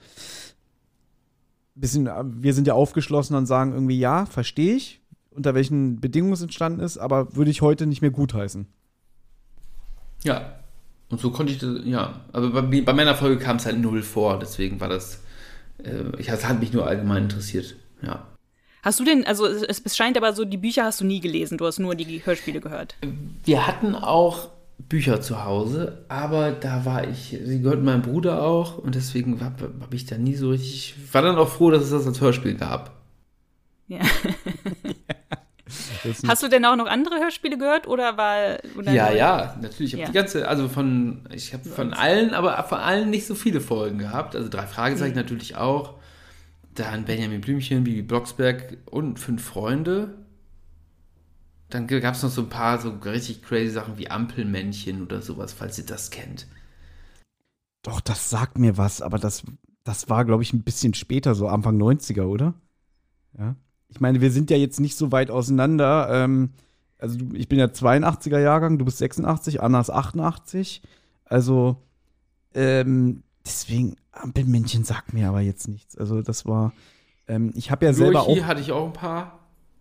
wir sind ja aufgeschlossen und sagen irgendwie, ja, verstehe ich, unter welchen Bedingungen es entstanden ist, aber würde ich heute nicht mehr gutheißen. Ja, und so konnte ich das, ja, aber bei meiner Folge kam es halt 0 vor, deswegen war das, es hat mich nur allgemein interessiert, ja. Hast du denn, also es scheint aber so, die Bücher hast du nie gelesen, du hast nur die Hörspiele gehört. Wir hatten auch Bücher zu Hause, aber sie gehörten meinem Bruder auch und deswegen habe ich da nie so richtig, war dann auch froh, dass es das als Hörspiel gab. Ja. Hast du denn auch noch andere Hörspiele gehört oder Ja, natürlich. Ich habe von allen, aber von allen nicht so viele Folgen gehabt. Also 3 Fragezeichen natürlich auch. Dann Benjamin Blümchen, Bibi Blocksberg und 5 Freunde. Dann gab es noch so ein paar so richtig crazy Sachen wie Ampelmännchen oder sowas, falls ihr das kennt. Doch, das sagt mir was, aber das war, glaube ich, ein bisschen später, so Anfang 90er, oder? Ja. Ich meine, wir sind ja jetzt nicht so weit auseinander. Also ich bin ja 82er Jahrgang, du bist 86, Anna ist 88. Also deswegen, Ampelmännchen sagt mir aber jetzt nichts. Also das war, ich habe ja selber auch... Lurchi hatte ich auch ein paar.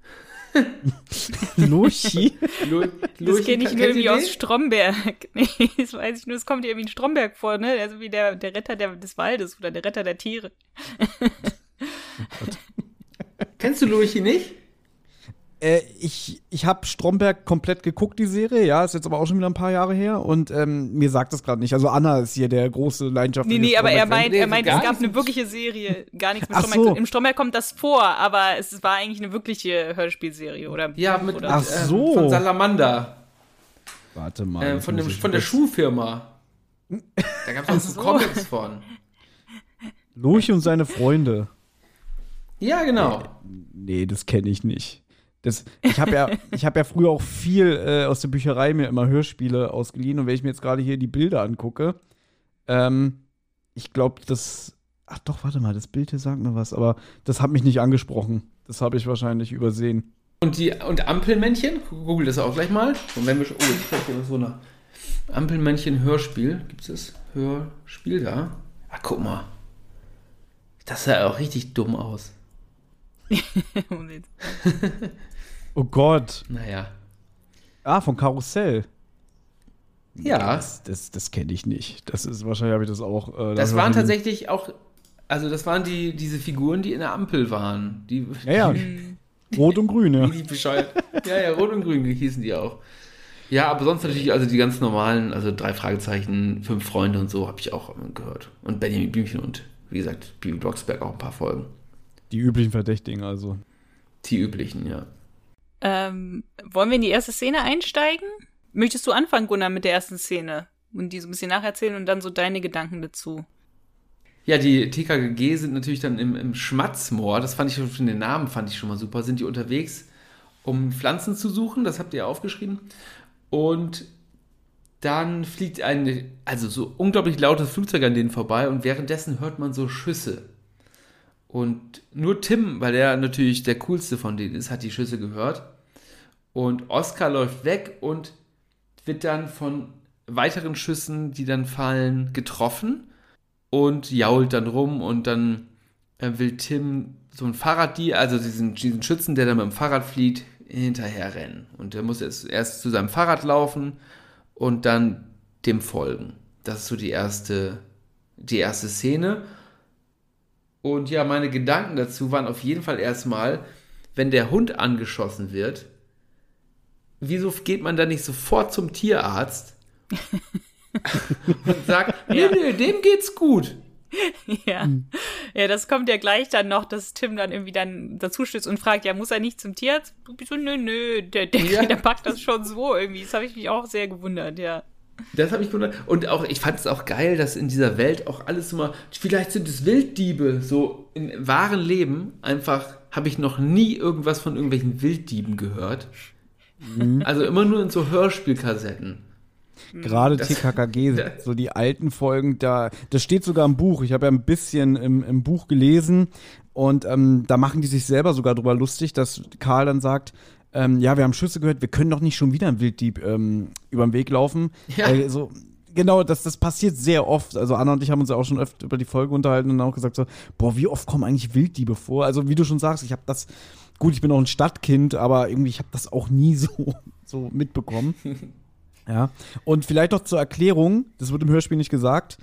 Lurchi? Das kenne ich nur irgendwie aus Stromberg. Nee, das weiß ich nur, es kommt dir irgendwie in Stromberg vor, ne? Also wie der Retter des Waldes oder der Retter der Tiere. Oh Gott. Kennst du Lurchi nicht? Ich habe Stromberg komplett geguckt, die Serie, ja, ist jetzt aber auch schon wieder ein paar Jahre her und mir sagt das gerade nicht. Also Anna ist hier der große leidenschaftliche Nee, aber er Stromberg-Fan. meint, es gab eine wirkliche Serie, gar nichts mit Stromberg. So. Im Stromberg kommt das vor, aber es war eigentlich eine wirkliche Hörspielserie, oder? Ja, oder von Salamander. Warte mal. Von der Schuhfirma. Da gab es auch so Comics von. Lurch und seine Freunde. Ja, genau. Nee, das kenne ich nicht. Ich habe ja früher auch viel aus der Bücherei mir immer Hörspiele ausgeliehen und wenn ich mir jetzt gerade hier die Bilder angucke, ich glaube, ach doch, warte mal, das Bild hier sagt mir was, aber das hat mich nicht angesprochen. Das habe ich wahrscheinlich übersehen. Und Ampelmännchen, google das auch gleich mal. Und wenn wir schon, jetzt fällt hier so nach Ampelmännchen Hörspiel. Gibt es das Hörspiel da? Ach, guck mal. Das sah ja auch richtig dumm aus. Oh Gott. Naja. Von Karussell. Ja. Das kenne ich nicht. Das ist, wahrscheinlich habe ich das auch. Das waren tatsächlich auch, also das waren diese Figuren, die in der Ampel waren. Ja. Rot und Grün, ja. Die bescheuert. Ja, Rot und Grün hießen die auch. Ja, aber sonst natürlich, also die ganz normalen, also 3 Fragezeichen, 5 Freunde und so habe ich auch gehört. Und Benjamin Blümchen und, wie gesagt, Bibi Blocksberg auch ein paar Folgen. Die üblichen Verdächtigen also. Die üblichen, ja. Wollen wir in die erste Szene einsteigen? Möchtest du anfangen, Gunnar, mit der ersten Szene? Und die so ein bisschen nacherzählen und dann so deine Gedanken dazu? Ja, die TKKG sind natürlich dann im Schmatzmoor, das fand ich schon, den Namen fand ich schon mal super, sind die unterwegs, um Pflanzen zu suchen, das habt ihr aufgeschrieben. Und dann fliegt also so unglaublich lautes Flugzeug an denen vorbei und währenddessen hört man so Schüsse. Und nur Tim, weil der natürlich der coolste von denen ist, hat die Schüsse gehört. Und Oskar läuft weg und wird dann von weiteren Schüssen, die dann fallen, getroffen und jault dann rum und dann will Tim so ein Fahrraddieb, also diesen Schützen, der dann mit dem Fahrrad flieht, hinterher rennen. Und der muss jetzt erst zu seinem Fahrrad laufen und dann dem folgen. Das ist so die erste Szene. Und ja, meine Gedanken dazu waren auf jeden Fall erstmal, wenn der Hund angeschossen wird, wieso geht man da nicht sofort zum Tierarzt und sagt, nee, dem geht's gut. Ja. Ja, das kommt ja gleich dann noch, dass Tim dann irgendwie dann dazu stößt und fragt, ja, muss er nicht zum Tierarzt? So, nö, der packt das schon so irgendwie. Das habe ich mich auch sehr gewundert, ja. Das habe ich gewundert. Und auch, ich fand es auch geil, dass in dieser Welt auch alles immer, vielleicht sind es Wilddiebe, so im wahren Leben einfach habe ich noch nie irgendwas von irgendwelchen Wilddieben gehört. Also immer nur in so Hörspielkassetten. Gerade TKKG, so die alten Folgen, das steht sogar im Buch. Ich habe ja ein bisschen im Buch gelesen und da machen die sich selber sogar drüber lustig, dass Karl dann sagt, ja, wir haben Schüsse gehört, wir können doch nicht schon wieder einen Wilddieb über den Weg laufen. Ja. Genau, das passiert sehr oft. Also Anna und ich haben uns ja auch schon öfter über die Folge unterhalten und auch gesagt so, boah, wie oft kommen eigentlich Wilddiebe vor? Also wie du schon sagst, ich bin auch ein Stadtkind, aber irgendwie, ich habe das auch nie so mitbekommen. Ja, und vielleicht noch zur Erklärung, das wird im Hörspiel nicht gesagt,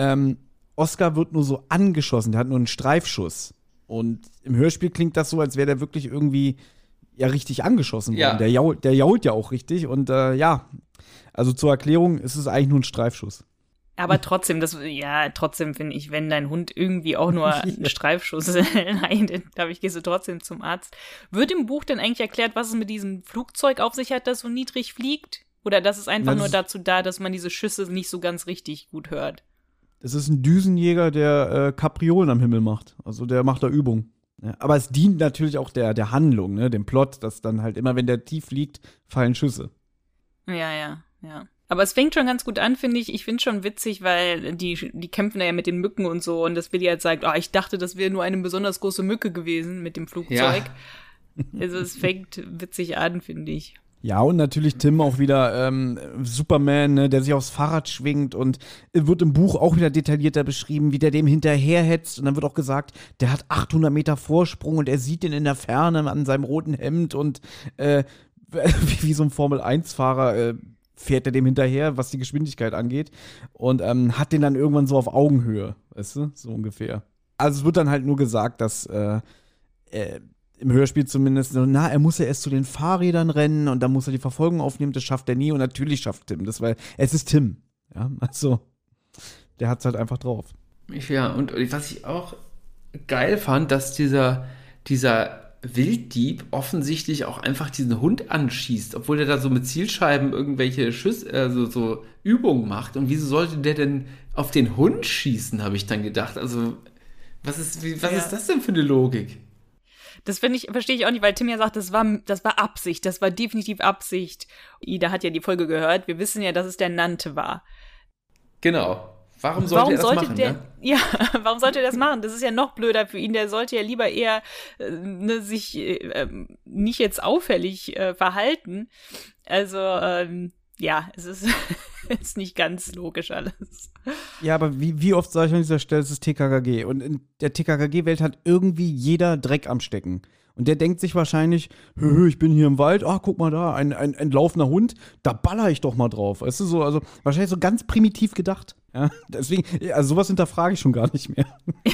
Oskar wird nur so angeschossen, der hat nur einen Streifschuss. Und im Hörspiel klingt das so, als wäre der wirklich irgendwie ja richtig angeschossen worden. Ja. Der jault ja auch richtig und ja, also zur Erklärung, ist es eigentlich nur ein Streifschuss. Aber trotzdem, trotzdem finde ich, wenn dein Hund irgendwie auch nur einen Streifschuss leidet, glaube ich, gehst du trotzdem zum Arzt. Wird im Buch denn eigentlich erklärt, was es mit diesem Flugzeug auf sich hat, das so niedrig fliegt? Oder das ist einfach nur dazu da, dass man diese Schüsse nicht so ganz richtig gut hört? Das ist ein Düsenjäger, der Kapriolen am Himmel macht. Also der macht da Übung. Ja, aber es dient natürlich auch der Handlung, ne, dem Plot, dass dann halt immer, wenn der tief liegt, fallen Schüsse. Ja. Aber es fängt schon ganz gut an, finde ich. Ich finde es schon witzig, weil die kämpfen ja mit den Mücken und so. Und das Willi halt sagt, ich dachte, das wäre nur eine besonders große Mücke gewesen mit dem Flugzeug. Ja. Also es fängt witzig an, finde ich. Ja, und natürlich Tim auch wieder Superman, ne, der sich aufs Fahrrad schwingt und wird im Buch auch wieder detaillierter beschrieben, wie der dem hinterherhetzt. Und dann wird auch gesagt, der hat 800 Meter Vorsprung und er sieht ihn in der Ferne an seinem roten Hemd und wie so ein Formel-1-Fahrer fährt er dem hinterher, was die Geschwindigkeit angeht und hat den dann irgendwann so auf Augenhöhe, weißt du, so ungefähr. Also es wird dann halt nur gesagt, dass im Hörspiel zumindest, so, er muss ja erst zu den Fahrrädern rennen und dann muss er die Verfolgung aufnehmen, das schafft er nie und natürlich schafft Tim das, weil es ist Tim. Ja, also, der hat's halt einfach drauf. Ja, und was ich auch geil fand, dass dieser Wilddieb offensichtlich auch einfach diesen Hund anschießt, obwohl der da so mit Zielscheiben irgendwelche so Übungen macht. Und wieso sollte der denn auf den Hund schießen, habe ich dann gedacht. Also, was ist das denn für eine Logik? Das verstehe ich auch nicht, weil Tim ja sagt, das war Absicht, das war definitiv Absicht. Ida hat ja die Folge gehört, wir wissen ja, dass es der Nannte war. Genau. Warum sollte er das machen? Ja, warum sollte er das machen? Das ist ja noch blöder für ihn. Der sollte ja lieber eher sich nicht jetzt auffällig verhalten. Also, es ist nicht ganz logisch alles. Ja, aber wie oft sage ich an dieser Stelle, es ist TKKG. Und in der TKKG-Welt hat irgendwie jeder Dreck am Stecken. Und der denkt sich wahrscheinlich, ich bin hier im Wald, guck mal da, ein laufender Hund, da baller ich doch mal drauf. Weißt du, so, also wahrscheinlich so ganz primitiv gedacht. Ja, deswegen, also sowas hinterfrage ich schon gar nicht mehr.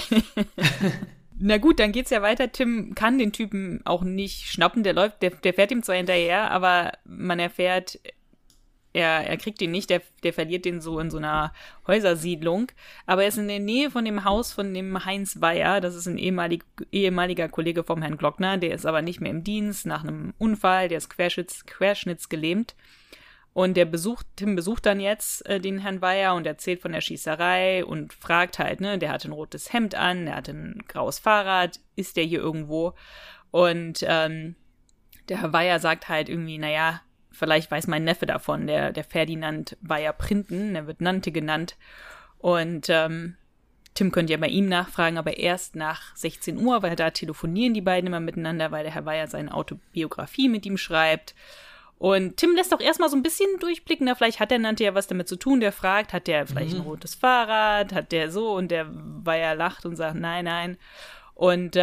Na gut, dann geht's ja weiter. Tim kann den Typen auch nicht schnappen, der fährt ihm zwar hinterher, aber man erfährt, er kriegt ihn nicht, der verliert den so in so einer Häusersiedlung. Aber er ist in der Nähe von dem Haus von dem Heinz Weyer. Das ist ein ehemaliger Kollege vom Herrn Glockner. Der ist aber nicht mehr im Dienst nach einem Unfall. Der ist querschnittsgelähmt. Und Tim besucht dann jetzt den Herrn Weyer und erzählt von der Schießerei und fragt halt, ne, der hatte ein rotes Hemd an, der hatte ein graues Fahrrad, ist der hier irgendwo? Und der Herr Weyer sagt halt irgendwie, naja, vielleicht weiß mein Neffe davon, der Ferdinand Weyer-Printen, der wird Nannte genannt. Und Tim könnte ja bei ihm nachfragen, aber erst nach 16 Uhr, weil da telefonieren die beiden immer miteinander, weil der Herr Weyer seine Autobiografie mit ihm schreibt. Und Tim lässt auch erstmal so ein bisschen durchblicken, da vielleicht hat der Nannte ja was damit zu tun, der fragt, hat der vielleicht ein rotes Fahrrad, hat der so, und der Weyer lacht und sagt, nein. Und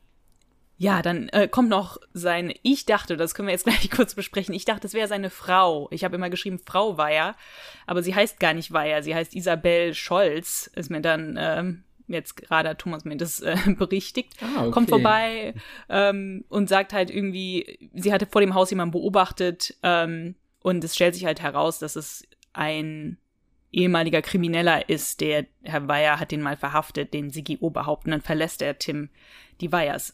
dann kommt noch ich dachte, das können wir jetzt gleich kurz besprechen, ich dachte, es wäre seine Frau. Ich habe immer geschrieben Frau Weyer, aber sie heißt gar nicht Weyer, sie heißt Isabel Scholz, ist mir dann jetzt gerade hat Thomas mir das berichtigt, okay. Kommt vorbei und sagt halt irgendwie, sie hatte vor dem Haus jemanden beobachtet und es stellt sich halt heraus, dass es ein ehemaliger Krimineller ist, der Herr Weyer hat den mal verhaftet, den Sigi Oberhaupt, und dann verlässt er Tim die Weyers.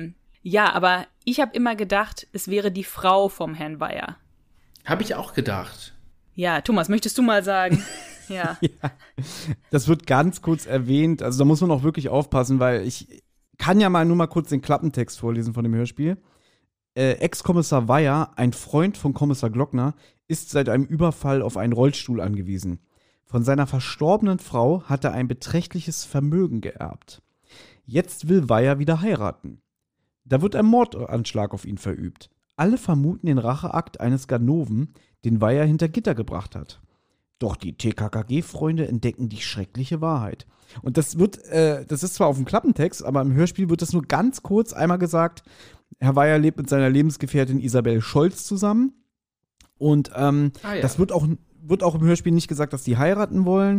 Aber ich habe immer gedacht, es wäre die Frau vom Herrn Weyer. Habe ich auch gedacht. Ja, Thomas, möchtest du mal sagen? Ja. Ja, das wird ganz kurz erwähnt, also da muss man auch wirklich aufpassen, weil ich kann ja nur mal kurz den Klappentext vorlesen von dem Hörspiel. Ex-Kommissar Weyer, ein Freund von Kommissar Glockner, ist seit einem Überfall auf einen Rollstuhl angewiesen. Von seiner verstorbenen Frau hat er ein beträchtliches Vermögen geerbt. Jetzt will Weyer wieder heiraten. Da wird ein Mordanschlag auf ihn verübt. Alle vermuten den Racheakt eines Ganoven, den Weyer hinter Gitter gebracht hat. Doch die TKKG-Freunde entdecken die schreckliche Wahrheit. Und das ist zwar auf dem Klappentext, aber im Hörspiel wird das nur ganz kurz einmal gesagt. Herr Weyer lebt mit seiner Lebensgefährtin Isabel Scholz zusammen. Und das wird auch im Hörspiel nicht gesagt, dass die heiraten wollen.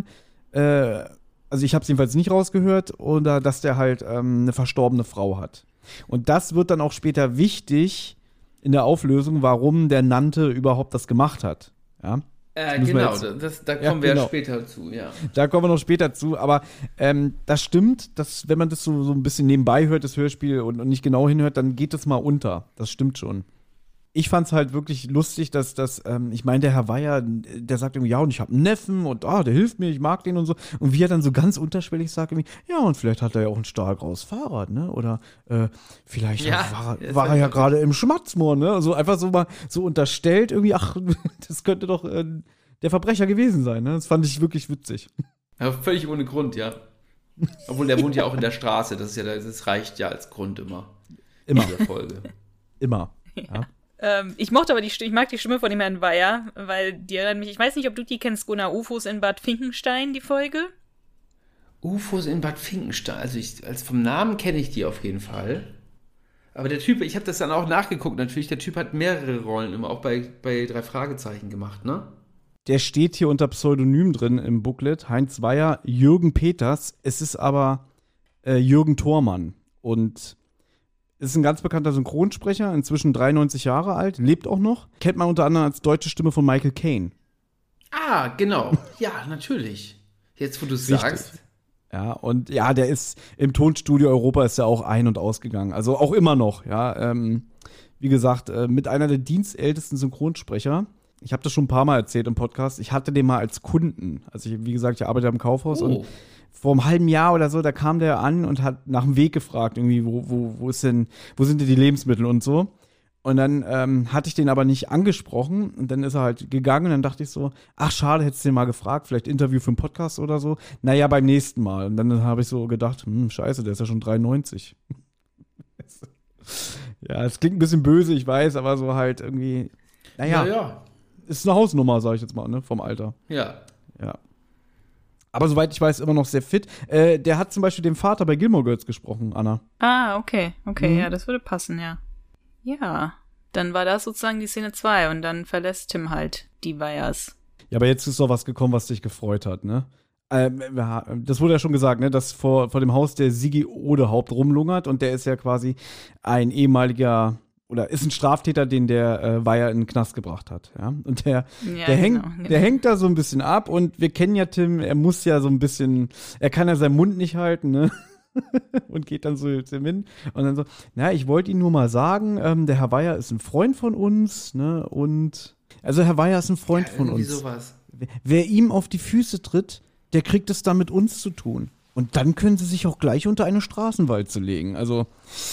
Also ich habe es jedenfalls nicht rausgehört. Oder dass der halt eine verstorbene Frau hat. Und das wird dann auch später wichtig in der Auflösung, warum der Nannte überhaupt das gemacht hat. Ja. Genau, da kommen wir später zu, ja. Da kommen wir noch später zu, aber das stimmt, dass wenn man das so ein bisschen nebenbei hört, das Hörspiel, und nicht genau hinhört, dann geht das mal unter. Das stimmt schon. Ich fand's halt wirklich lustig, dass ich meine, der Herr Weyer, der sagt irgendwie, ja, und ich habe einen Neffen und der hilft mir, ich mag den und so. Und wie er dann so ganz unterschwellig sagt, irgendwie, ja, und vielleicht hat er ja auch ein stahlgraues Fahrrad, ne? Oder vielleicht war er ja gerade im Schmatzmoor, ne? Also einfach so mal so unterstellt, irgendwie, ach, das könnte doch der Verbrecher gewesen sein, ne? Das fand ich wirklich witzig. Ja, völlig ohne Grund, ja. Obwohl, der wohnt ja auch in der Straße, das reicht ja als Grund immer. Immer. In der Folge. Immer, ja. Ich mag die Stimme von dem Herrn Weyer, weil die erinnert mich, ich weiß nicht, ob du die kennst, Gunnar, UFOs in Bad Finkenstein, die Folge? UFOs in Bad Finkenstein, also vom Namen kenne ich die auf jeden Fall. Aber der Typ, ich habe das dann auch nachgeguckt natürlich, der Typ hat mehrere Rollen immer auch bei 3 Fragezeichen gemacht, ne? Der steht hier unter Pseudonym drin im Booklet, Heinz Weyer, Jürgen Peters, es ist aber Jürgen Thormann. Und Ist ein ganz bekannter Synchronsprecher, inzwischen 93 Jahre alt, lebt auch noch. Kennt man unter anderem als deutsche Stimme von Michael Caine. Ah, genau. Ja, natürlich. Jetzt, wo du es sagst. Ja, und ja, der ist im Tonstudio Europa ist er auch ein- und ausgegangen. Also auch immer noch, ja. Wie gesagt, mit einer der dienstältesten Synchronsprecher. Ich habe das schon ein paar Mal erzählt im Podcast. Ich hatte den mal als Kunden. Also, wie gesagt, ich arbeite am Kaufhaus und vor einem halben Jahr oder so, da kam der an und hat nach dem Weg gefragt, irgendwie, wo sind denn die Lebensmittel und so. Und dann hatte ich den aber nicht angesprochen und dann ist er halt gegangen und dann dachte ich so, ach schade, hättest du den mal gefragt, vielleicht Interview für einen Podcast oder so. Naja, beim nächsten Mal. Und dann habe ich so gedacht, scheiße, der ist ja schon 93. Ja, es klingt ein bisschen böse, ich weiß, aber so halt irgendwie, naja, ist eine Hausnummer, sag ich jetzt mal, ne, vom Alter. Ja. Aber soweit ich weiß, immer noch sehr fit. Der hat zum Beispiel den Vater bei Gilmore Girls gesprochen, Anna. Ah, okay, ja, das würde passen, ja. Ja, dann war das sozusagen die Szene 2 und dann verlässt Tim halt die Weihers. Ja, aber jetzt ist doch was gekommen, was dich gefreut hat, ne? Das wurde ja schon gesagt, ne, dass vor dem Haus der Sigi Odehaupt rumlungert und der ist ja quasi ein ehemaliger oder ist ein Straftäter, den der Weiher in den Knast gebracht hat, ja? Und der hängt da so ein bisschen ab und wir kennen ja Tim, er muss ja so ein bisschen, er kann ja seinen Mund nicht halten, ne? Und geht dann so zu ihm hin und dann so, na, ich wollte Ihnen nur mal sagen, der Herr Weiher ist ein Freund von uns, ne, und also Herr Weiher ist ein Freund von uns. Sowas. Wer ihm auf die Füße tritt, der kriegt es dann mit uns zu tun. Und dann können sie sich auch gleich unter eine Straßenwalze legen. Also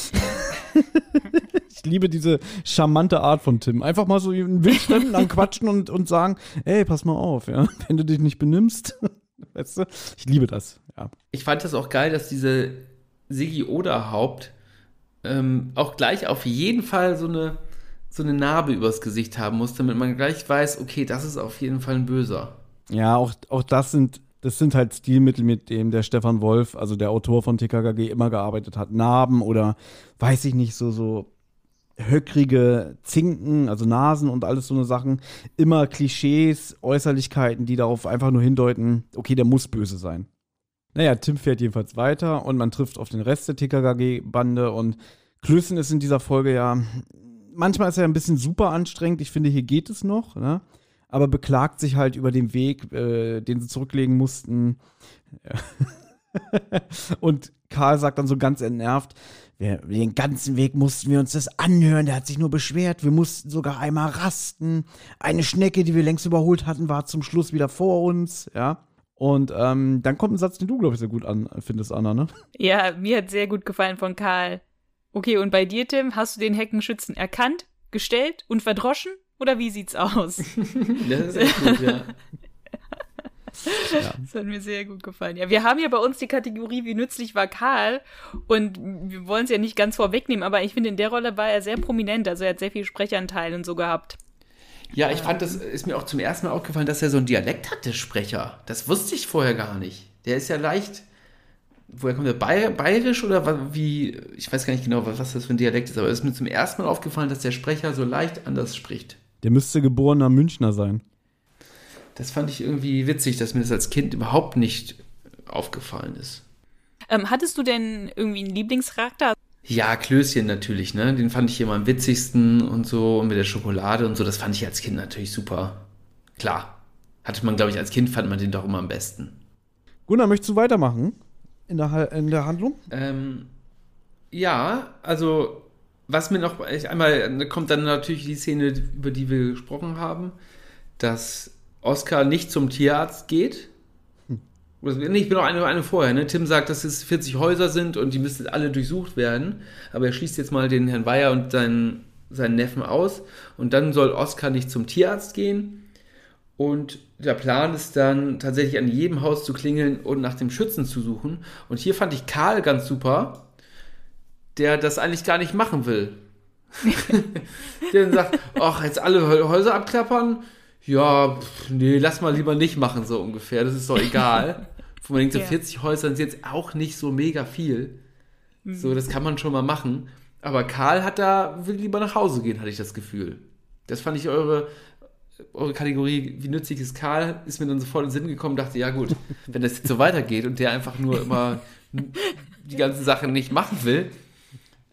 ich liebe diese charmante Art von Tim. Einfach mal so einen Wildfremden anquatschen und sagen, ey, pass mal auf, ja, wenn du dich nicht benimmst. Weißt du? Ich liebe das, ja. Ich fand das auch geil, dass diese Sigi Odehaupt auch gleich auf jeden Fall so eine Narbe übers Gesicht haben muss, damit man gleich weiß, okay, das ist auf jeden Fall ein Böser. Ja, auch das sind halt Stilmittel, mit dem der Stefan Wolf, also der Autor von TKKG, immer gearbeitet hat. Narben oder, weiß ich nicht, so höckrige Zinken, also Nasen und alles so eine Sachen. Immer Klischees, Äußerlichkeiten, die darauf einfach nur hindeuten, okay, der muss böse sein. Naja, Tim fährt jedenfalls weiter und man trifft auf den Rest der TKKG-Bande und Klößen ist in dieser Folge ja, manchmal ist er ein bisschen super anstrengend, ich finde, hier geht es noch, ne? Aber beklagt sich halt über den Weg, den sie zurücklegen mussten. Ja. Und Karl sagt dann so ganz entnervt, den ganzen Weg mussten wir uns das anhören, der hat sich nur beschwert, wir mussten sogar einmal rasten. Eine Schnecke, die wir längst überholt hatten, war zum Schluss wieder vor uns, ja. Und dann kommt ein Satz, den du, glaube ich, sehr gut findest, Anna, ne? Ja, mir hat sehr gut gefallen von Karl. Okay, und bei dir, Tim, hast du den Heckenschützen erkannt, gestellt und verdroschen? Oder wie sieht's aus? Das ist echt gut, ja. Das hat mir sehr gut gefallen. Ja, wir haben ja bei uns die Kategorie, wie nützlich war Karl? Und wir wollen es ja nicht ganz vorwegnehmen, aber ich finde, in der Rolle war er sehr prominent. Also er hat sehr viel Sprechanteil und so gehabt. Ja, ich fand, das ist mir auch zum ersten Mal aufgefallen, dass er so einen Dialekt hat, der Sprecher. Das wusste ich vorher gar nicht. Der ist ja leicht, woher kommt der, bayerisch oder wie, ich weiß gar nicht genau, was das für ein Dialekt ist, aber es ist mir zum ersten Mal aufgefallen, dass der Sprecher so leicht anders spricht. Der müsste geborener Münchner sein. Das fand ich irgendwie witzig, dass mir das als Kind überhaupt nicht aufgefallen ist. Hattest du denn irgendwie einen Lieblingscharakter? Ja, Klößchen natürlich, ne? Den fand ich immer am witzigsten und so, und mit der Schokolade und so, das fand ich als Kind natürlich super. Klar. Hatte man, glaube ich, als Kind fand man den doch immer am besten. Gunnar, möchtest du weitermachen in der Handlung? Ja, also was mir noch einmal kommt dann natürlich die Szene, über die wir gesprochen haben, dass Oskar nicht zum Tierarzt geht. Nee, ich bin noch eine vorher. Ne? Tim sagt, dass es 40 Häuser sind und die müssen alle durchsucht werden. Aber er schließt jetzt mal den Herrn Weiher und seinen Neffen aus. Und dann soll Oskar nicht zum Tierarzt gehen. Und der Plan ist dann tatsächlich an jedem Haus zu klingeln und nach dem Schützen zu suchen. Und hier fand ich Karl ganz super, der das eigentlich gar nicht machen will. Der dann sagt, ach, jetzt alle Häuser abklappern? Ja, nee, lass mal lieber nicht machen, so ungefähr. Das ist doch egal. Wo man denkt, so 40 Häuser sind jetzt auch nicht so mega viel. So, das kann man schon mal machen. Aber Karl will lieber nach Hause gehen, hatte ich das Gefühl. Das fand ich eure Kategorie, wie nützlich ist Karl, ist mir dann sofort in den Sinn gekommen, dachte, ja gut, wenn das jetzt so weitergeht und der einfach nur immer die ganzen Sachen nicht machen will,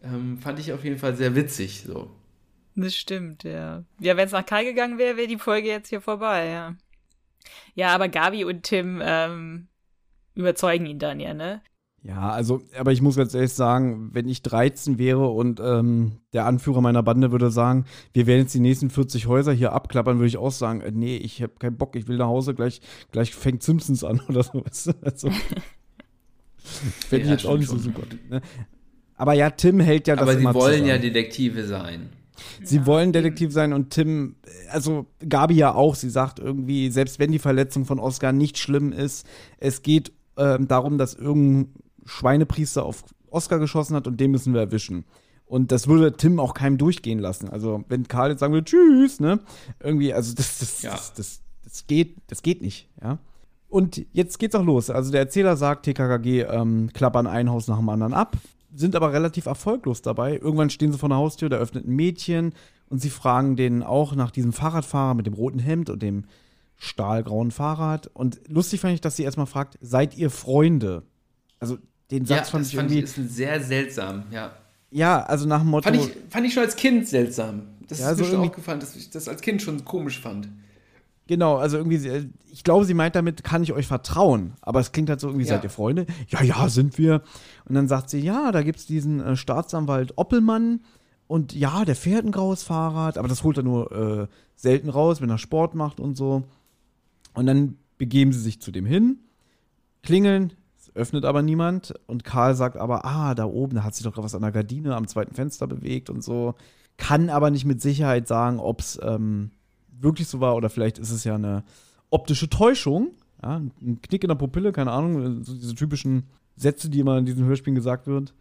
Fand ich auf jeden Fall sehr witzig, so. Das stimmt, ja. Ja, wenn es nach Kai gegangen wäre, wäre die Folge jetzt hier vorbei, ja. Ja, aber Gabi und Tim überzeugen ihn dann ja, ne? Ja, also, aber ich muss ganz ehrlich sagen, wenn ich 13 wäre und der Anführer meiner Bande würde sagen, wir werden jetzt die nächsten 40 Häuser hier abklappern, würde ich auch sagen, nee, ich habe keinen Bock, ich will nach Hause, gleich fängt Simpsons an oder so. Weißt du? Also, fände ich jetzt auch nicht so super. Ne? Aber ja, Tim hält ja das aber immer sie wollen zusammen. ja Detektive sein. Sie wollen Detektiv sein und Tim, also Gabi ja auch, sie sagt irgendwie, selbst wenn die Verletzung von Oscar nicht schlimm ist, es geht darum, dass irgendein Schweinepriester auf Oscar geschossen hat und den müssen wir erwischen. Und das würde Tim auch keinem durchgehen lassen. Also wenn Karl jetzt sagen würde, tschüss, ne? Irgendwie, also das geht nicht, ja. Und jetzt geht's auch los. Also der Erzähler sagt, TKKG klappern ein Haus nach dem anderen ab, sind aber relativ erfolglos dabei. Irgendwann stehen sie vor der Haustür, da öffnet ein Mädchen und sie fragen den auch nach diesem Fahrradfahrer mit dem roten Hemd und dem stahlgrauen Fahrrad. Und lustig fand ich, dass sie erstmal fragt, seid ihr Freunde? Also den Satz fand ich irgendwie... ist sehr seltsam, ja. Ja, also nach dem Motto... Fand ich schon als Kind seltsam. Das ja, ist mir so schon aufgefallen, dass ich das als Kind schon komisch fand. Genau, also irgendwie, ich glaube, sie meint damit, kann ich euch vertrauen. Aber es klingt halt so irgendwie, seid ihr Freunde? Ja, sind wir. Und dann sagt sie, ja, da gibt's diesen Staatsanwalt Oppelmann. Und ja, der fährt ein graues Fahrrad. Aber das holt er nur selten raus, wenn er Sport macht und so. Und dann begeben sie sich zu dem hin, klingeln, es öffnet aber niemand. Und Karl sagt aber, da oben, da hat sich doch gerade was an der Gardine am zweiten Fenster bewegt und so. Kann aber nicht mit Sicherheit sagen, ob's wirklich so war oder vielleicht ist es ja eine optische Täuschung. Ja, ein Knick in der Pupille, keine Ahnung, so diese typischen Sätze, die immer in diesen Hörspielen gesagt wird.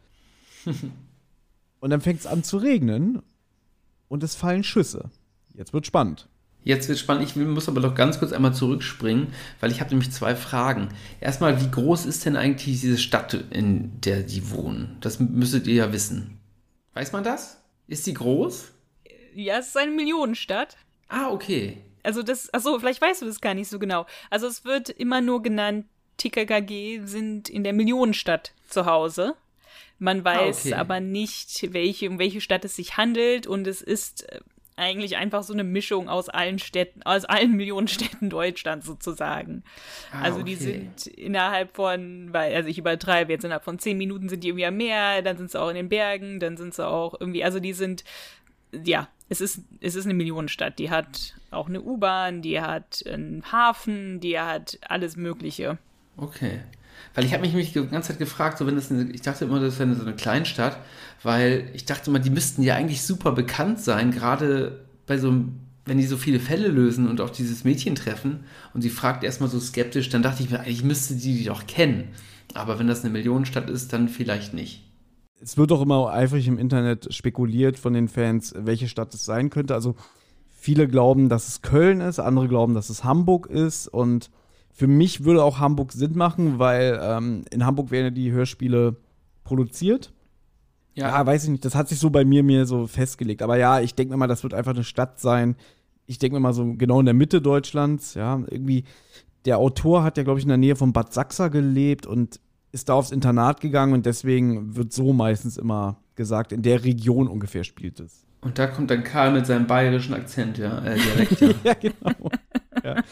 Und dann fängt es an zu regnen und es fallen Schüsse. Jetzt wird spannend. Ich muss aber doch ganz kurz einmal zurückspringen, weil ich habe nämlich 2 Fragen. Erstmal, wie groß ist denn eigentlich diese Stadt, in der die wohnen? Das müsstet ihr ja wissen. Weiß man das? Ist die groß? Ja, es ist eine Millionenstadt. Okay. Also vielleicht weißt du das gar nicht so genau. Also es wird immer nur genannt, TKKG sind in der Millionenstadt zu Hause. Man weiß aber nicht, um welche Stadt es sich handelt und es ist eigentlich einfach so eine Mischung aus allen Millionenstädten Deutschlands sozusagen. Also die sind innerhalb von, ich übertreibe jetzt, innerhalb von 10 Minuten sind die irgendwie am Meer, dann sind sie auch in den Bergen, dann sind sie auch irgendwie, also die sind, ja, es ist eine Millionenstadt. Die hat auch eine U-Bahn, die hat einen Hafen, die hat alles Mögliche. Okay. Weil ich habe mich die ganze Zeit gefragt, ich dachte immer, das wäre so eine Kleinstadt, weil ich dachte immer, die müssten ja eigentlich super bekannt sein, gerade wenn die so viele Fälle lösen und auch dieses Mädchen treffen und sie fragt erstmal so skeptisch, dann dachte ich mir, eigentlich müsste die doch kennen. Aber wenn das eine Millionenstadt ist, dann vielleicht nicht. Es wird auch immer eifrig im Internet spekuliert von den Fans, welche Stadt es sein könnte. Also viele glauben, dass es Köln ist, andere glauben, dass es Hamburg ist. Und für mich würde auch Hamburg Sinn machen, weil in Hamburg werden ja die Hörspiele produziert. Ja, weiß ich nicht, das hat sich so bei mir so festgelegt. Aber ja, ich denke mir mal, das wird einfach eine Stadt sein. Ich denke mir mal so genau in der Mitte Deutschlands. Ja, irgendwie, der Autor hat ja, glaube ich, in der Nähe von Bad Sachsa gelebt und ist da aufs Internat gegangen und deswegen wird so meistens immer gesagt, in der Region ungefähr spielt es. Und da kommt dann Karl mit seinem bayerischen Akzent, Dialekt, ja. Ja, genau. Ja.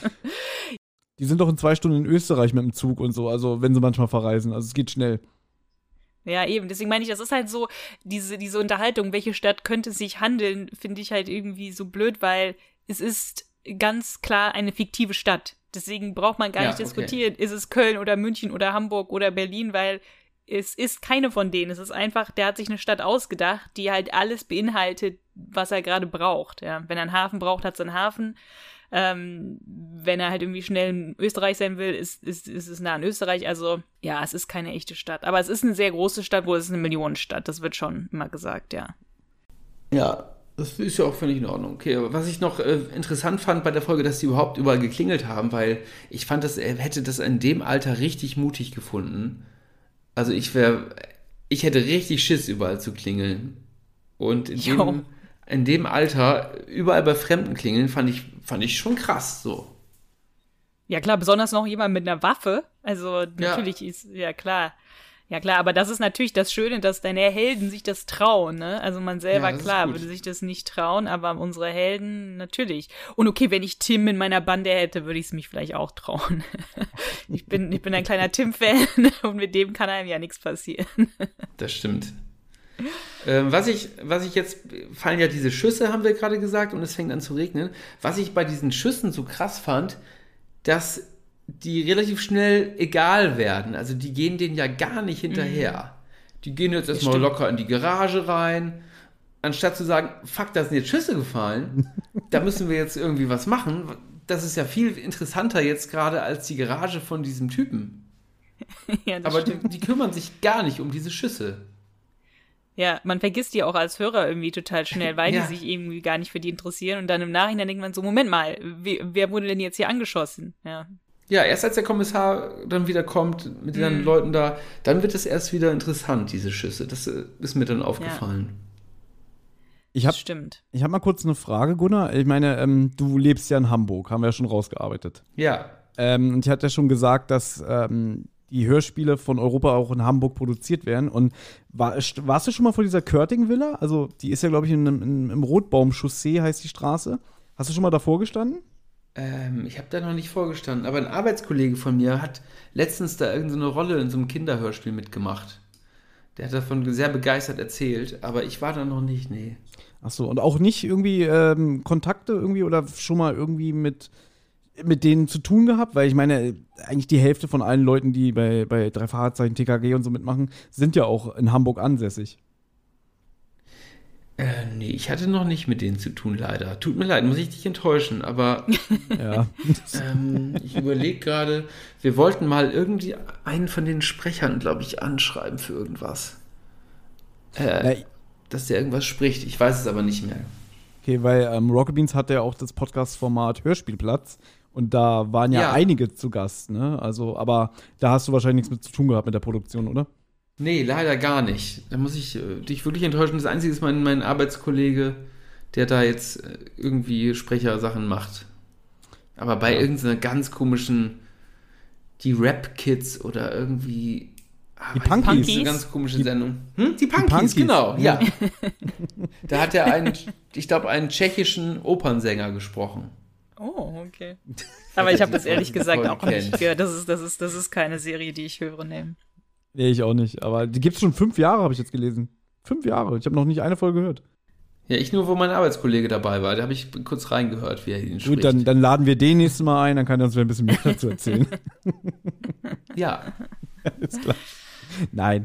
Die sind doch in 2 Stunden in Österreich mit dem Zug und so, also wenn sie manchmal verreisen, also es geht schnell. Ja, eben, deswegen meine ich, das ist halt so, diese Unterhaltung, welche Stadt könnte es sich handeln, finde ich halt irgendwie so blöd, weil es ist ganz klar eine fiktive Stadt. Deswegen braucht man gar nicht diskutieren, ist es Köln oder München oder Hamburg oder Berlin, weil es ist keine von denen. Es ist einfach, der hat sich eine Stadt ausgedacht, die halt alles beinhaltet, was er gerade braucht. Ja. Wenn er einen Hafen braucht, hat es einen Hafen. Wenn er halt irgendwie schnell in Österreich sein will, ist es nah an Österreich. Also ja, es ist keine echte Stadt. Aber es ist eine sehr große Stadt, es ist eine Millionenstadt. Das wird schon immer gesagt, ja. Ja. Das ist ja auch völlig in Ordnung. Okay, aber was ich noch interessant fand bei der Folge, dass die überhaupt überall geklingelt haben, weil ich fand, er hätte das in dem Alter richtig mutig gefunden. Also ich hätte richtig Schiss, überall zu klingeln. Und in dem Alter überall bei Fremden klingeln, fand ich schon krass so. Ja klar, besonders noch jemand mit einer Waffe. Also natürlich ist, ja klar. Ja klar, aber das ist natürlich das Schöne, dass deine Helden sich das trauen, ne? Also man selber, Ja, das ist klar, gut. würde sich das nicht trauen, aber unsere Helden natürlich. Und okay, wenn ich Tim in meiner Bande hätte, würde ich es mich vielleicht auch trauen. Ich bin ein kleiner Tim-Fan und mit dem kann einem ja nichts passieren. Das stimmt. Was ich jetzt, fallen ja diese Schüsse, haben wir gerade gesagt, und es fängt an zu regnen. Was ich bei diesen Schüssen so krass fand, dass die relativ schnell egal werden. Also die gehen denen ja gar nicht hinterher. Die gehen jetzt erstmal locker in die Garage rein, anstatt zu sagen, fuck, da sind jetzt Schüsse gefallen, da müssen wir jetzt irgendwie was machen. Das ist ja viel interessanter jetzt gerade als die Garage von diesem Typen. Ja, das Aber stimmt. die kümmern sich gar nicht um diese Schüsse. Ja, man vergisst die auch als Hörer irgendwie total schnell, weil Ja. die sich irgendwie gar nicht für die interessieren und dann im Nachhinein denkt man so, Moment mal, wer wurde denn jetzt hier angeschossen? Ja. Ja, erst als der Kommissar dann wieder kommt mit den anderen Leuten da, dann wird es erst wieder interessant, diese Schüsse. Das ist mir dann aufgefallen. Ich Das habe stimmt. hab mal kurz eine Frage, Gunnar. Ich meine, du lebst ja in Hamburg, haben wir ja schon rausgearbeitet. Ja. Und ich hatte ja schon gesagt, dass die Hörspiele von Europa auch in Hamburg produziert werden. Und warst du schon mal vor dieser Körting-Villa? Also, die ist ja, glaube ich, im Rotbaum-Chaussee, heißt die Straße. Hast du schon mal davor gestanden? Ich habe da noch nicht vorgestanden, aber ein Arbeitskollege von mir hat letztens da irgendeine Rolle in so einem Kinderhörspiel mitgemacht. Der hat davon sehr begeistert erzählt, aber ich war da noch nicht, nee. Ach so, und auch nicht irgendwie Kontakte irgendwie oder schon mal irgendwie mit denen zu tun gehabt? Weil ich meine, eigentlich die Hälfte von allen Leuten, die bei 3 Fahrzeichen, TKG und so mitmachen, sind ja auch in Hamburg ansässig. Nee, ich hatte noch nicht mit denen zu tun, leider. Tut mir leid, muss ich dich enttäuschen, aber Ja. ich überlege gerade, wir wollten mal irgendwie einen von den Sprechern, glaube ich, anschreiben für irgendwas. Ja, Dass der irgendwas spricht, ich weiß es aber nicht mehr. okay, weil Rocket Beans hat ja auch das Podcast-Format Hörspielplatz und da waren ja Ja. einige zu Gast, ne? Also, aber da hast du wahrscheinlich nichts mit zu tun gehabt mit der Produktion, oder? Nee, leider gar nicht. Da muss ich dich wirklich enttäuschen. Das Einzige ist mein Arbeitskollege, der da jetzt irgendwie Sprechersachen macht. Aber bei irgendeiner ganz komischen, die Rap-Kids oder irgendwie. Die weiß ich Punkies. nicht, so eine ganz komische Sendung. Die Punkies, Punkies. genau, ja. Da hat er ich glaube, einen tschechischen Opernsänger gesprochen. Oh, okay. Aber ich habe das ehrlich gesagt Voll auch nicht kennt. gehört. Das ist keine Serie, die ich höre, ne. Nee, ich auch nicht. Aber die gibt's schon 5 Jahre, habe ich jetzt gelesen. 5 Jahre. Ich habe noch nicht eine Folge gehört. Ja, ich nur, wo mein Arbeitskollege dabei war. Da habe ich kurz reingehört, wie er ihn spricht. Gut, dann laden wir den nächstes Mal ein, dann kann er uns wieder ein bisschen mehr dazu erzählen. Ja, Ist klar. Nein.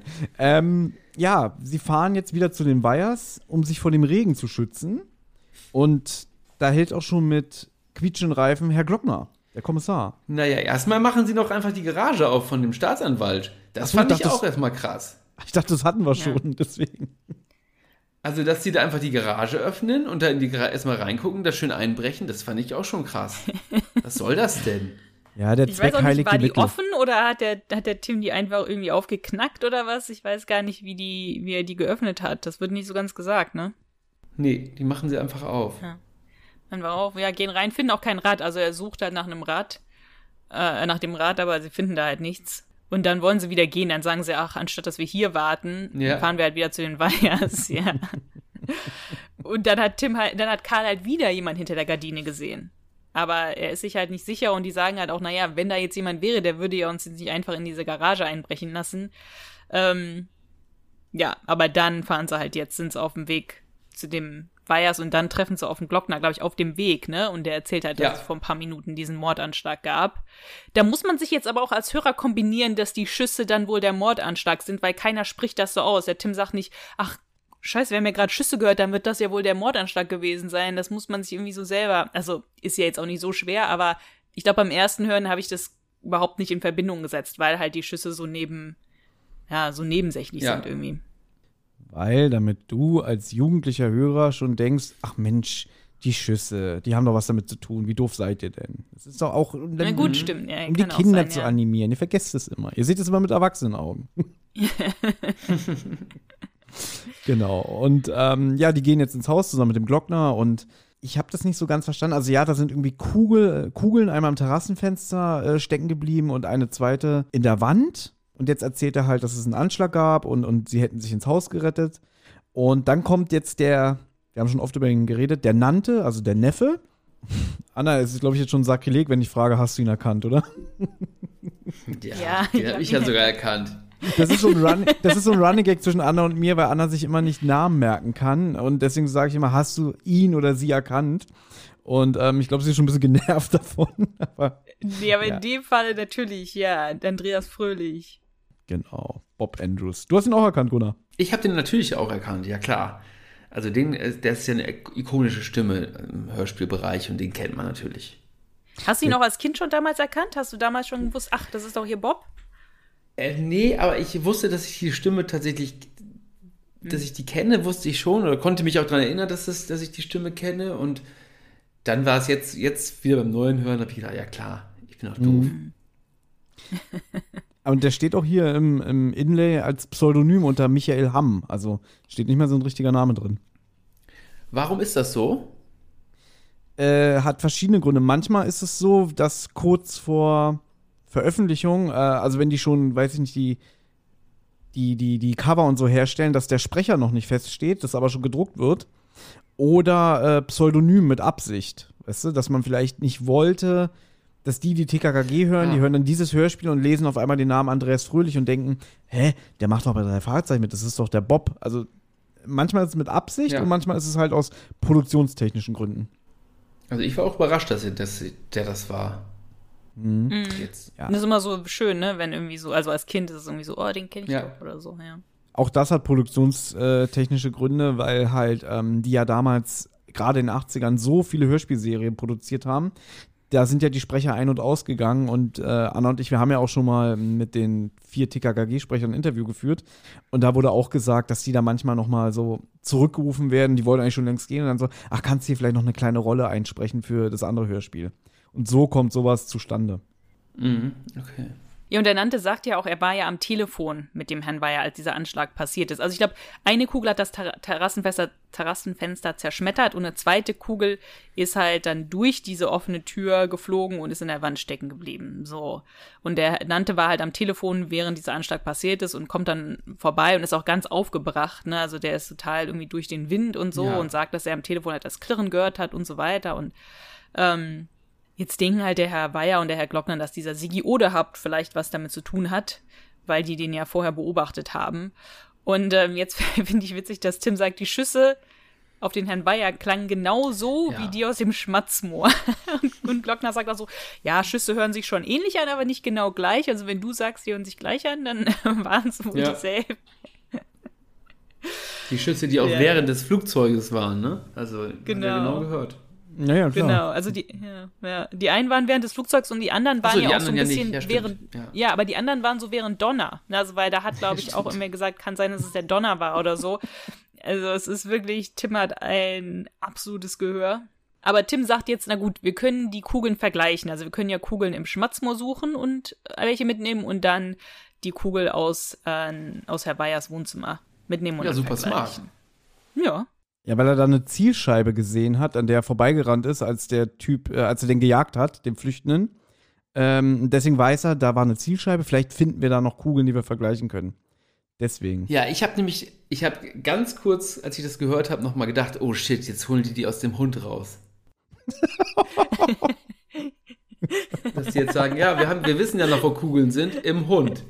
Ja, sie fahren jetzt wieder zu den Weihers, um sich vor dem Regen zu schützen. Und da hält auch schon mit quietschenden Reifen Herr Glockner, der Kommissar. naja, erstmal machen sie noch einfach die Garage auf von dem Staatsanwalt. Das Ach so, fand ich ich dachte, auch erstmal krass. Ich dachte, das hatten wir schon, deswegen. Also, dass sie da einfach die Garage öffnen und da in die Garage erstmal reingucken, das schön einbrechen, das fand ich auch schon krass. Was soll das denn? Ja, der Ich Zweck weiß auch nicht, heiligt war die die Mittel. offen oder hat der Tim die einfach irgendwie aufgeknackt oder was? Ich weiß gar nicht, wie er die geöffnet hat. Das wird nicht so ganz gesagt, ne? Nee, die machen sie einfach auf. Ja. Dann war auch, ja, gehen rein, finden auch kein Rad. Also er sucht halt nach einem Rad, nach dem Rad, aber sie finden da halt nichts. Und dann wollen sie wieder gehen. Dann sagen sie, ach, anstatt dass wir hier warten, Ja. fahren wir halt wieder zu den Weihers, ja. Und dann hat Karl halt wieder jemand hinter der Gardine gesehen. Aber er ist sich halt nicht sicher und die sagen halt auch, naja, wenn da jetzt jemand wäre, der würde ja uns jetzt nicht einfach in diese Garage einbrechen lassen. Ja, aber dann fahren sie halt jetzt, sind sie auf dem Weg zu dem Weihers und dann treffen sie auf den Glockner, glaube ich, auf dem Weg, ne? Und der erzählt halt, dass Ja. es vor ein paar Minuten diesen Mordanschlag gab. Da muss man sich jetzt aber auch als Hörer kombinieren, dass die Schüsse dann wohl der Mordanschlag sind, weil keiner spricht das so aus. Der Tim sagt nicht, ach, scheiße, wir haben ja gerade Schüsse gehört, dann wird das ja wohl der Mordanschlag gewesen sein. Das muss man sich irgendwie so selber, also ist ja jetzt auch nicht so schwer, aber ich glaube, beim ersten Hören habe ich das überhaupt nicht in Verbindung gesetzt, weil halt die Schüsse so nebensächlich Ja. sind irgendwie. Weil, damit du als jugendlicher Hörer schon denkst, ach Mensch, die Schüsse, die haben doch was damit zu tun. Wie doof seid ihr denn? Das ist doch auch, Na gut, stimmt. Ja, um die kann auch Kinder sein, zu ja. animieren. Ihr vergesst es immer. Ihr seht es immer mit Erwachsenenaugen. Genau. Und ja, die gehen jetzt ins Haus zusammen mit dem Glockner und ich habe das nicht so ganz verstanden. Also ja, da sind irgendwie Kugeln einmal am Terrassenfenster stecken geblieben und eine zweite in der Wand. Und jetzt erzählt er halt, dass es einen Anschlag gab und sie hätten sich ins Haus gerettet. Und dann kommt jetzt wir haben schon oft über ihn geredet, der Nannte, also der Neffe. Anna, es ist, glaube ich, jetzt schon Sakrileg, wenn ich frage, hast du ihn erkannt, oder? Ja, den habe ich ja sogar erkannt. Das ist so ein Running Gag zwischen Anna und mir, weil Anna sich immer nicht Namen merken kann. Und deswegen sage ich immer, hast du ihn oder sie erkannt? Und ich glaube, sie ist schon ein bisschen genervt davon. Aber in dem Fall natürlich, ja, Andreas Fröhlich. Genau, Bob Andrews. Du hast ihn auch erkannt, Gunnar. Ich habe den natürlich auch erkannt, ja klar. Also der ist ja eine ikonische Stimme im Hörspielbereich und den kennt man natürlich. Hast du ihn auch als Kind schon damals erkannt? Hast du damals schon gewusst, ach, das ist doch hier Bob? Nee, aber ich wusste, dass ich die Stimme tatsächlich, dass ich die kenne, wusste ich schon oder konnte mich auch daran erinnern, dass ich die Stimme kenne und dann war es jetzt wieder beim neuen Hören, habe ich gedacht, ja klar, ich bin auch doof. Und der steht auch hier im Inlay als Pseudonym unter Michael Hamm. Also steht nicht mehr so ein richtiger Name drin. Warum ist das so? Hat verschiedene Gründe. Manchmal ist es so, dass kurz vor Veröffentlichung, also wenn die schon, weiß ich nicht, die Cover und so herstellen, dass der Sprecher noch nicht feststeht, das aber schon gedruckt wird. Oder Pseudonym mit Absicht. Weißt du, dass man vielleicht nicht wollte, dass die TKKG hören, die hören dann dieses Hörspiel und lesen auf einmal den Namen Andreas Fröhlich und denken, der macht doch bei 3 Fragezeichen mit, das ist doch der Bob. Also manchmal ist es mit Absicht und manchmal ist es halt aus produktionstechnischen Gründen. Also ich war auch überrascht, dass der das war. Jetzt. Ja. Das ist immer so schön, ne, wenn irgendwie so, also als Kind ist es irgendwie so, oh, den kenne ich doch oder so, ja. Auch das hat produktionstechnische Gründe, weil halt die ja damals gerade in den 80ern so viele Hörspielserien produziert haben. Da sind ja die Sprecher ein- und ausgegangen und Anna und ich, wir haben ja auch schon mal mit den 4 TKKG-Sprechern ein Interview geführt und da wurde auch gesagt, dass die da manchmal noch mal so zurückgerufen werden, die wollten eigentlich schon längst gehen und dann so, ach, kannst du hier vielleicht noch eine kleine Rolle einsprechen für das andere Hörspiel? Und so kommt sowas zustande. Okay. Ja, und der Nannte sagt ja auch, er war ja am Telefon mit dem Herrn Weyer, als dieser Anschlag passiert ist. Also ich glaube, eine Kugel hat das Terrassenfenster zerschmettert und eine zweite Kugel ist halt dann durch diese offene Tür geflogen und ist in der Wand stecken geblieben. So. Und der Nannte war halt am Telefon, während dieser Anschlag passiert ist und kommt dann vorbei und ist auch ganz aufgebracht. Ne? Also der ist total irgendwie durch den Wind und so und sagt, dass er am Telefon halt das Klirren gehört hat und so weiter. Und jetzt denken halt der Herr Weyer und der Herr Glockner, dass dieser Sigi Odehaupt vielleicht was damit zu tun hat, weil die den ja vorher beobachtet haben. Und jetzt finde ich witzig, dass Tim sagt, die Schüsse auf den Herrn Weyer klangen genau so wie die aus dem Schmatzmoor. Und Glockner sagt auch so, ja, Schüsse hören sich schon ähnlich an, aber nicht genau gleich. Also wenn du sagst, die hören sich gleich an, dann waren es wohl dieselben. Die Schüsse, die auch während des Flugzeuges waren, ne? Also genau gehört. Ja, klar. Genau, also die einen waren während des Flugzeugs und die anderen waren ja auch so ein bisschen während, aber die anderen waren so während Donner. Also, weil da hat, glaube ich, auch immer gesagt, kann sein, dass es der Donner war oder so. Also, es ist wirklich, Tim hat ein absolutes Gehör. Aber Tim sagt jetzt, na gut, wir können die Kugeln vergleichen. Also, wir können ja Kugeln im Schmatzmoor suchen und welche mitnehmen und dann die Kugel aus Herr Weyers Wohnzimmer mitnehmen und super smart. Ja. Ja, weil er da eine Zielscheibe gesehen hat, an der er vorbeigerannt ist, als der Typ, als er den gejagt hat, den Flüchtenden. Deswegen weiß er, da war eine Zielscheibe, vielleicht finden wir da noch Kugeln, die wir vergleichen können. Deswegen. Ja, ich habe ganz kurz, als ich das gehört habe, nochmal gedacht, oh shit, jetzt holen die aus dem Hund raus. Dass die jetzt sagen, ja, wir wissen ja noch, wo Kugeln sind, im Hund.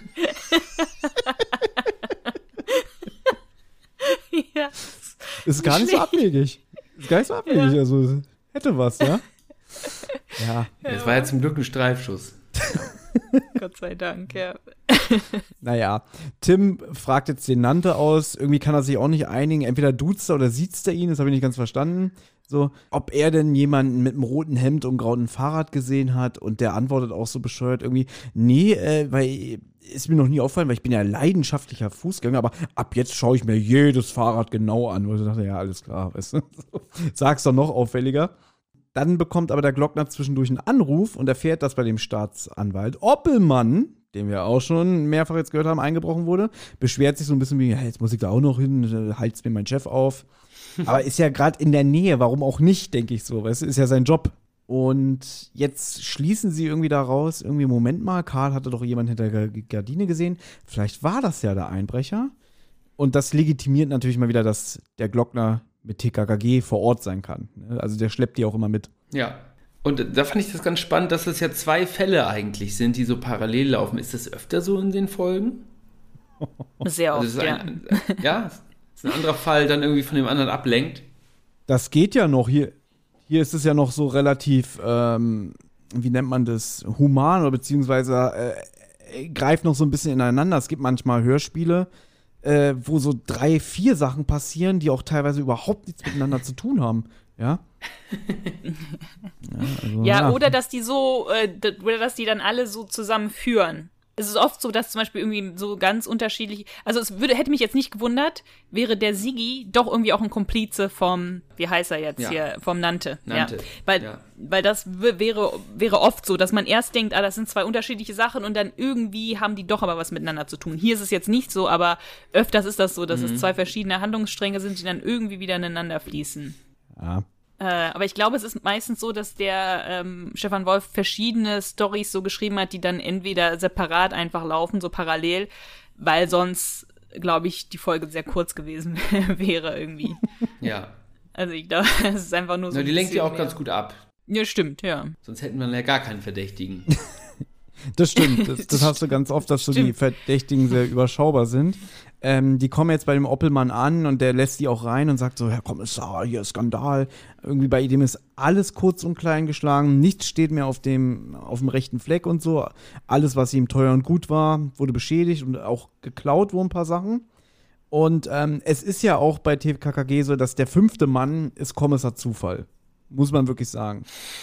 Ja. Ist gar nicht so abwegig. Also hätte was, ja? Ja. Es war ja zum Glück ein Streifschuss. Gott sei Dank, ja. Naja, Tim fragt jetzt den Nannte aus, irgendwie kann er sich auch nicht einigen, entweder duzt er oder siezt er ihn, das habe ich nicht ganz verstanden. So, ob er denn jemanden mit einem roten Hemd und grauen Fahrrad gesehen hat und der antwortet auch so bescheuert irgendwie, nee, weil ist mir noch nie aufgefallen, weil ich bin ja leidenschaftlicher Fußgänger, aber ab jetzt schaue ich mir jedes Fahrrad genau an. Und ich dachte, ja, alles klar, weißt du? Sag's doch noch auffälliger. Dann bekommt aber der Glockner zwischendurch einen Anruf und erfährt, dass bei dem Staatsanwalt Oppelmann, den wir auch schon mehrfach jetzt gehört haben, eingebrochen wurde, beschwert sich so ein bisschen wie, ja, jetzt muss ich da auch noch hin, halt's mir mein Chef auf. Aber ist ja gerade in der Nähe, warum auch nicht, denke ich so, weißt du, ist ja sein Job. Und jetzt schließen sie irgendwie daraus, irgendwie, Moment mal, Karl hatte doch jemand hinter der Gardine gesehen. Vielleicht war das ja der Einbrecher. Und das legitimiert natürlich mal wieder, dass der Glockner mit TKKG vor Ort sein kann. Also der schleppt die auch immer mit. Ja. Und da fand ich das ganz spannend, dass es ja 2 Fälle eigentlich sind, die so parallel laufen. Ist das öfter so in den Folgen? Sehr oft, also ja. Ist ein anderer Fall dann irgendwie von dem anderen ablenkt. Das geht ja noch. Hier ist es ja noch so relativ, wie nennt man das, human oder beziehungsweise greift noch so ein bisschen ineinander. Es gibt manchmal Hörspiele, wo so 3, 4 Sachen passieren, die auch teilweise überhaupt nichts miteinander zu tun haben. Ja. Oder dass die oder dass die dann alle so zusammenführen. Es ist oft so, dass zum Beispiel irgendwie so ganz unterschiedlich, also hätte mich jetzt nicht gewundert, wäre der Sigi doch irgendwie auch ein Komplize vom, wie heißt er jetzt hier, vom Nante. Nante. Ja. Weil das wäre oft so, dass man erst denkt, das sind 2 unterschiedliche Sachen und dann irgendwie haben die doch aber was miteinander zu tun. Hier ist es jetzt nicht so, aber öfters ist das so, dass es 2 verschiedene Handlungsstränge sind, die dann irgendwie wieder ineinander fließen. Ja. Aber ich glaube, es ist meistens so, dass der Stefan Wolf verschiedene Storys so geschrieben hat, die dann entweder separat einfach laufen, so parallel, weil sonst, glaube ich, die Folge sehr kurz gewesen wäre irgendwie. Ja. Also ich glaube, es ist einfach nur so. Die lenkt ja auch ganz gut ab. Ja, stimmt, ja. Sonst hätten wir ja gar keinen Verdächtigen. Das stimmt, das hast du ganz oft, dass so die Verdächtigen sehr überschaubar sind. Die kommen jetzt bei dem Oppelmann an und der lässt die auch rein und sagt so, Herr Kommissar, hier ist Skandal. Irgendwie bei dem ist alles kurz und klein geschlagen, nichts steht mehr auf dem rechten Fleck und so. Alles, was ihm teuer und gut war, wurde beschädigt und auch geklaut wurden ein paar Sachen. Und es ist ja auch bei TKKG so, dass der 5. Mann ist Kommissar Zufall. Muss man wirklich sagen.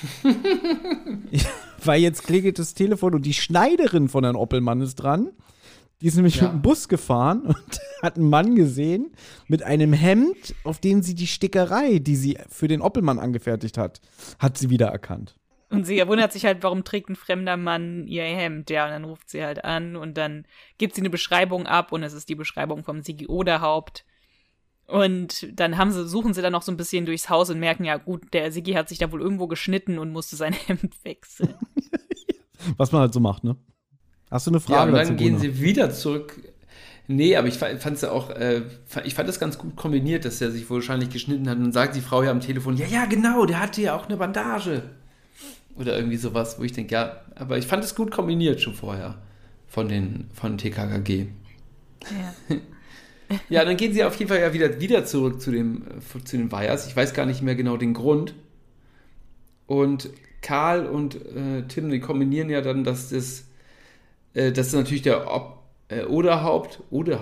Weil jetzt klingelt das Telefon und die Schneiderin von Herrn Oppelmann ist dran. Die ist nämlich mit dem Bus gefahren und hat einen Mann gesehen mit einem Hemd, auf dem sie die Stickerei, die sie für den Oppelmann angefertigt hat sie wiedererkannt. Und sie wundert sich halt, warum trägt ein fremder Mann ihr Hemd? Ja, und dann ruft sie halt an und dann gibt sie eine Beschreibung ab und es ist die Beschreibung vom Sigi Oderhaupt. Und dann suchen sie dann noch so ein bisschen durchs Haus und merken, ja gut, der Sigi hat sich da wohl irgendwo geschnitten und musste sein Hemd wechseln. Was man halt so macht, ne? Hast du eine Frage dazu? Ja, und dann dann gehen sie wieder zurück. Nee, aber ich fand es ja auch, ich fand das ganz gut kombiniert, dass er sich wahrscheinlich geschnitten hat. Und dann sagt die Frau ja am Telefon, ja, genau, der hatte ja auch eine Bandage. Oder irgendwie sowas, wo ich denke, ja, aber ich fand es gut kombiniert schon vorher von TKKG. Ja. Ja, dann gehen sie auf jeden Fall ja wieder zurück zu den Weihers. Ich weiß gar nicht mehr genau den Grund. Und Karl und Tim, die kombinieren ja dann, dass natürlich der Oderhaupt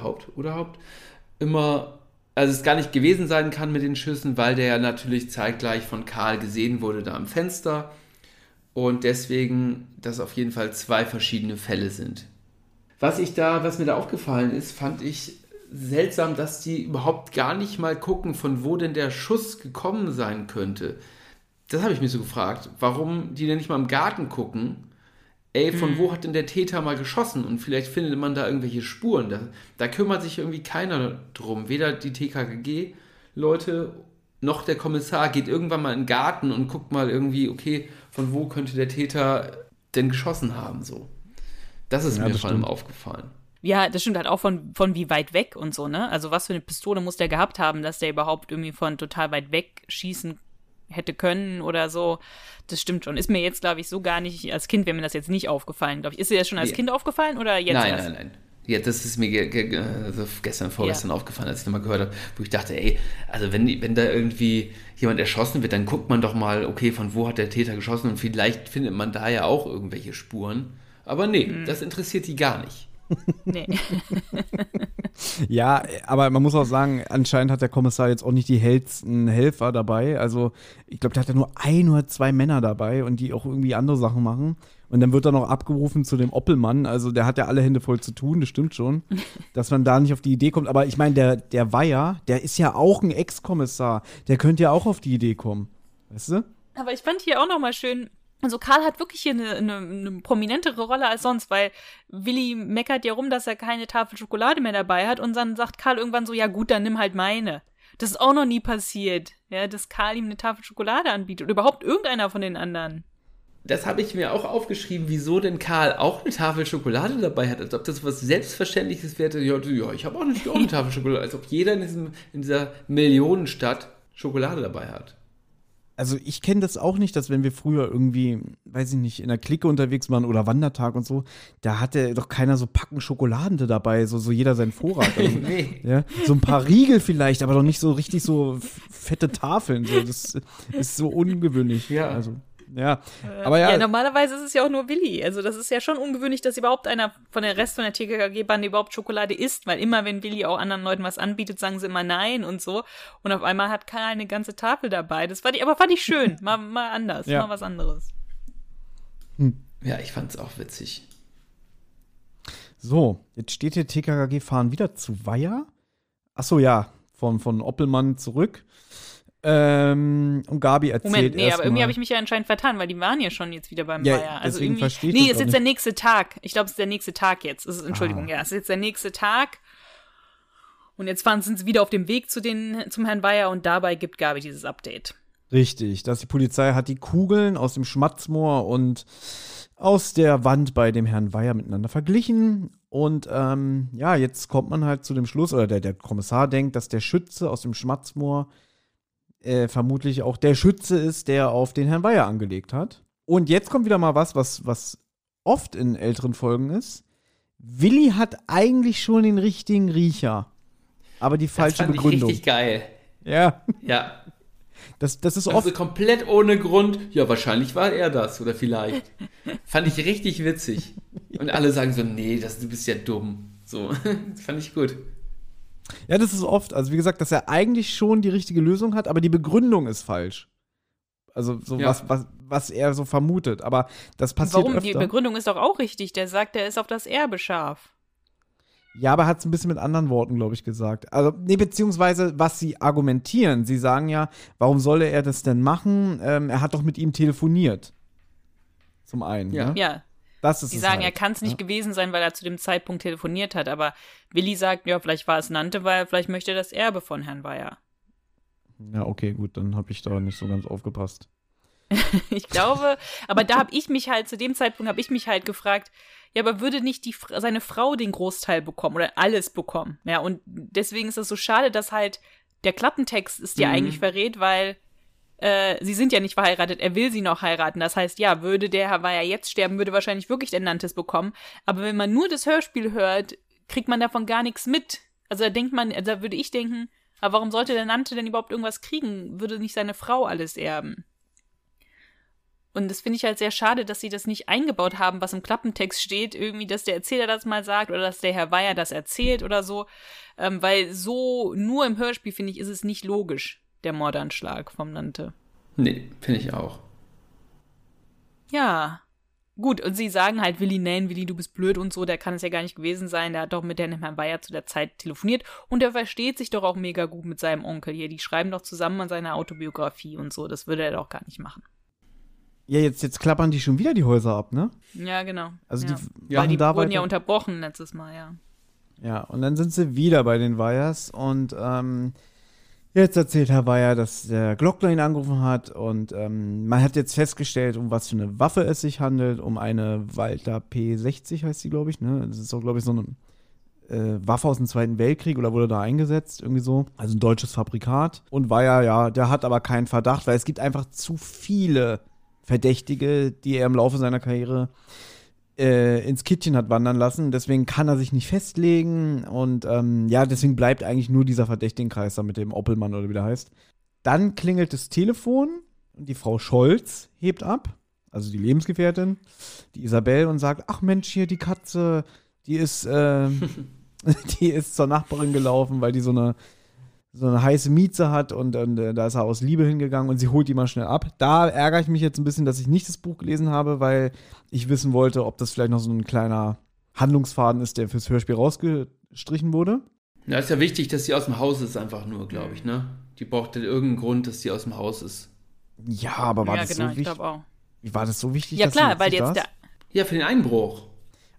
immer, also es gar nicht gewesen sein kann mit den Schüssen, weil der ja natürlich zeitgleich von Karl gesehen wurde da am Fenster und deswegen, dass auf jeden Fall 2 verschiedene Fälle sind. Was mir da aufgefallen ist, fand ich seltsam, dass die überhaupt gar nicht mal gucken, von wo denn der Schuss gekommen sein könnte. Das habe ich mich so gefragt, warum die denn nicht mal im Garten gucken. Von wo hat denn der Täter mal geschossen? Und vielleicht findet man da irgendwelche Spuren. Da kümmert sich irgendwie keiner drum. Weder die TKKG-Leute noch der Kommissar geht irgendwann mal in den Garten und guckt mal irgendwie, okay, von wo könnte der Täter denn geschossen haben? So. Das ist mir vor allem aufgefallen. Ja, das stimmt halt auch von wie weit weg und so, ne? Also was für eine Pistole muss der gehabt haben, dass der überhaupt irgendwie von total weit weg schießen hätte können oder so. Das stimmt schon. Ist mir jetzt, glaube ich, so gar nicht, als Kind wäre mir das jetzt nicht aufgefallen, glaube ich. Ist dir das schon als Kind aufgefallen oder jetzt erst? Nein. Ja, das ist mir vorgestern aufgefallen, als ich nochmal gehört habe, wo ich dachte, also wenn da irgendwie jemand erschossen wird, dann guckt man doch mal, okay, von wo hat der Täter geschossen und vielleicht findet man da ja auch irgendwelche Spuren. Aber nee, das interessiert die gar nicht. Nee. Ja, aber man muss auch sagen, anscheinend hat der Kommissar jetzt auch nicht die hellsten Helfer dabei. Also ich glaube, der hat ja nur 1 oder 2 Männer dabei und die auch irgendwie andere Sachen machen. Und dann wird er noch abgerufen zu dem Oppelmann. Also der hat ja alle Hände voll zu tun, das stimmt schon. Dass man da nicht auf die Idee kommt. Aber ich meine, der Weiher, der ist ja auch ein Ex-Kommissar. Der könnte ja auch auf die Idee kommen. Weißt du? Aber ich fand hier auch noch mal schön, also Karl hat wirklich hier eine prominentere Rolle als sonst, weil Willi meckert ja rum, dass er keine Tafel Schokolade mehr dabei hat und dann sagt Karl irgendwann so, ja gut, dann nimm halt meine. Das ist auch noch nie passiert, ja, dass Karl ihm eine Tafel Schokolade anbietet oder überhaupt irgendeiner von den anderen. Das habe ich mir auch aufgeschrieben, wieso denn Karl auch eine Tafel Schokolade dabei hat, als ob das was Selbstverständliches wäre. Ja, ich habe auch eine Tafel Schokolade, als ob jeder in dieser Millionenstadt Schokolade dabei hat. Also ich kenne das auch nicht, dass wenn wir früher irgendwie, weiß ich nicht, in der Clique unterwegs waren oder Wandertag und so, da hatte doch keiner so Packen Schokolade dabei, so jeder seinen Vorrat. Also, Nee. ja, so ein paar Riegel vielleicht, aber doch nicht so richtig so fette Tafeln. So. Das ist so ungewöhnlich. Ja. Also, ja. Aber ja, Ja, normalerweise ist es ja auch nur Willi. Also das ist ja schon ungewöhnlich, dass überhaupt einer von der Rest von der TKKG-Bande überhaupt Schokolade isst, weil immer, wenn Willi auch anderen Leuten was anbietet, sagen sie immer nein und so. Und auf einmal hat Karl eine ganze Tafel dabei. Das fand ich schön. Mal anders, Ja. mal was anderes. Ja, ich fand's auch witzig. so, jetzt steht hier TKKG fahren wieder zu Weiher. Achso, ja, von Oppelmann zurück. Und Gabi erzählt Moment, nee, aber irgendwie erstmal- habe ich mich ja anscheinend vertan, weil die waren ja schon jetzt wieder beim Ja, Weiher. Also deswegen irgendwie. verstehe ich Nee, das ist auch jetzt der nicht. nächste Tag. Ich glaube, es ist der nächste Tag jetzt. Entschuldigung, ja, es ist jetzt der nächste Tag. Und jetzt sind sie wieder auf dem Weg zum Herrn Weiher und dabei gibt Gabi dieses Update. Richtig, dass die Polizei hat die Kugeln aus dem Schmatzmoor und aus der Wand bei dem Herrn Weiher miteinander verglichen. Und ja, jetzt kommt man halt zu dem Schluss, oder der Kommissar denkt, dass der Schütze aus dem Schmatzmoor vermutlich auch der Schütze ist, der auf den Herrn Weiher angelegt hat. Und jetzt kommt wieder mal was oft in älteren Folgen ist. Willi hat eigentlich schon den richtigen Riecher, aber die falsche Das fand Begründung. ich richtig geil. Ja, Ja, das ist oft. also komplett ohne Grund. Ja, wahrscheinlich war er das oder vielleicht. Fand ich richtig witzig. Und alle sagen so, nee, du bist ja dumm. So, das fand ich gut. Ja, das ist oft. Also wie gesagt, dass er eigentlich schon die richtige Lösung hat, aber die Begründung ist falsch. Also so Ja. was er so vermutet. Aber das passiert Warum? öfter. Die Begründung ist doch auch richtig. Der sagt, er ist auf das Erbe scharf. Ja, aber er hat es ein bisschen mit anderen Worten, glaube ich, gesagt. Also, nee, beziehungsweise, was sie argumentieren. Sie sagen ja, warum solle er das denn machen? Er hat doch mit ihm telefoniert. Zum einen, Ja. ne? Ja, Das ist die es sagen, halt. er kann es nicht Ja. gewesen sein, weil er zu dem Zeitpunkt telefoniert hat. Aber Willi sagt, ja, vielleicht war es Nante, weil vielleicht möchte er das Erbe von Herrn Weiher. Ja, okay, gut, dann habe ich da nicht so ganz aufgepasst. Ich glaube, aber da habe ich mich halt, zu dem Zeitpunkt habe ich mich halt gefragt, ja, aber würde nicht seine Frau den Großteil bekommen oder alles bekommen? Ja, und deswegen ist es so schade, dass halt der Klappentext es dir eigentlich verrät, weil sie sind ja nicht verheiratet, er will sie noch heiraten. Das heißt, ja, würde der Herr Weiher jetzt sterben, würde wahrscheinlich wirklich der Nantes bekommen. Aber wenn man nur das Hörspiel hört, kriegt man davon gar nichts mit. Also da würde ich denken, aber warum sollte der Nante denn überhaupt irgendwas kriegen? Würde nicht seine Frau alles erben? Und das finde ich halt sehr schade, dass sie das nicht eingebaut haben, was im Klappentext steht, irgendwie, dass der Erzähler das mal sagt oder dass der Herr Weiher das erzählt oder so. Weil so nur im Hörspiel, finde ich, ist es nicht logisch, der Mordanschlag vom Nante. Nee, finde ich auch. Ja, gut, und sie sagen halt, Willi, du bist blöd und so, der kann es ja gar nicht gewesen sein, der hat doch mit dem Herrn Weiher zu der Zeit telefoniert und der versteht sich doch auch mega gut mit seinem Onkel hier, die schreiben doch zusammen an seiner Autobiografie und so, das würde er doch gar nicht machen. Ja, jetzt klappern die schon wieder die Häuser ab, ne? Ja, genau. Also ja. die Weil machen die da wurden weiter. ja unterbrochen letztes Mal, ja. Ja, und dann sind sie wieder bei den Weyers und jetzt erzählt Herr Weiher, dass der Glockner ihn angerufen hat und man hat jetzt festgestellt, um was für eine Waffe es sich handelt, um eine Walter P60 heißt sie, glaube ich, ne? Das ist doch, glaube ich, so eine Waffe aus dem Zweiten Weltkrieg oder wurde da eingesetzt, irgendwie so. Also ein deutsches Fabrikat. Und Weiher, ja, der hat aber keinen Verdacht, weil es gibt einfach zu viele Verdächtige, die er im Laufe seiner Karriere ins Kittchen hat wandern lassen. Deswegen kann er sich nicht festlegen und ja, deswegen bleibt eigentlich nur dieser Verdächtigenkreis da mit dem Oppelmann oder wie der heißt. Dann klingelt das Telefon und die Frau Scholz hebt ab, also die Lebensgefährtin, die Isabel, und sagt, ach Mensch, hier die Katze, die ist die ist zur Nachbarin gelaufen, weil die so eine heiße Mieze hat und da ist er aus Liebe hingegangen und sie holt die mal schnell ab. Da ärgere ich mich jetzt ein bisschen, dass ich nicht das Buch gelesen habe, weil ich wissen wollte, ob das vielleicht noch so ein kleiner Handlungsfaden ist, der fürs Hörspiel rausgestrichen wurde. Ja, ist ja wichtig, dass sie aus dem Haus ist, einfach nur, glaube ich, ne? Die braucht ja irgendeinen Grund, dass sie aus dem Haus ist. Ja, aber war Ja, das genau, so ich wichtig? glaube auch. War das so wichtig? Ja dass klar, sie weil da jetzt ist? der, Ja, für den Einbruch.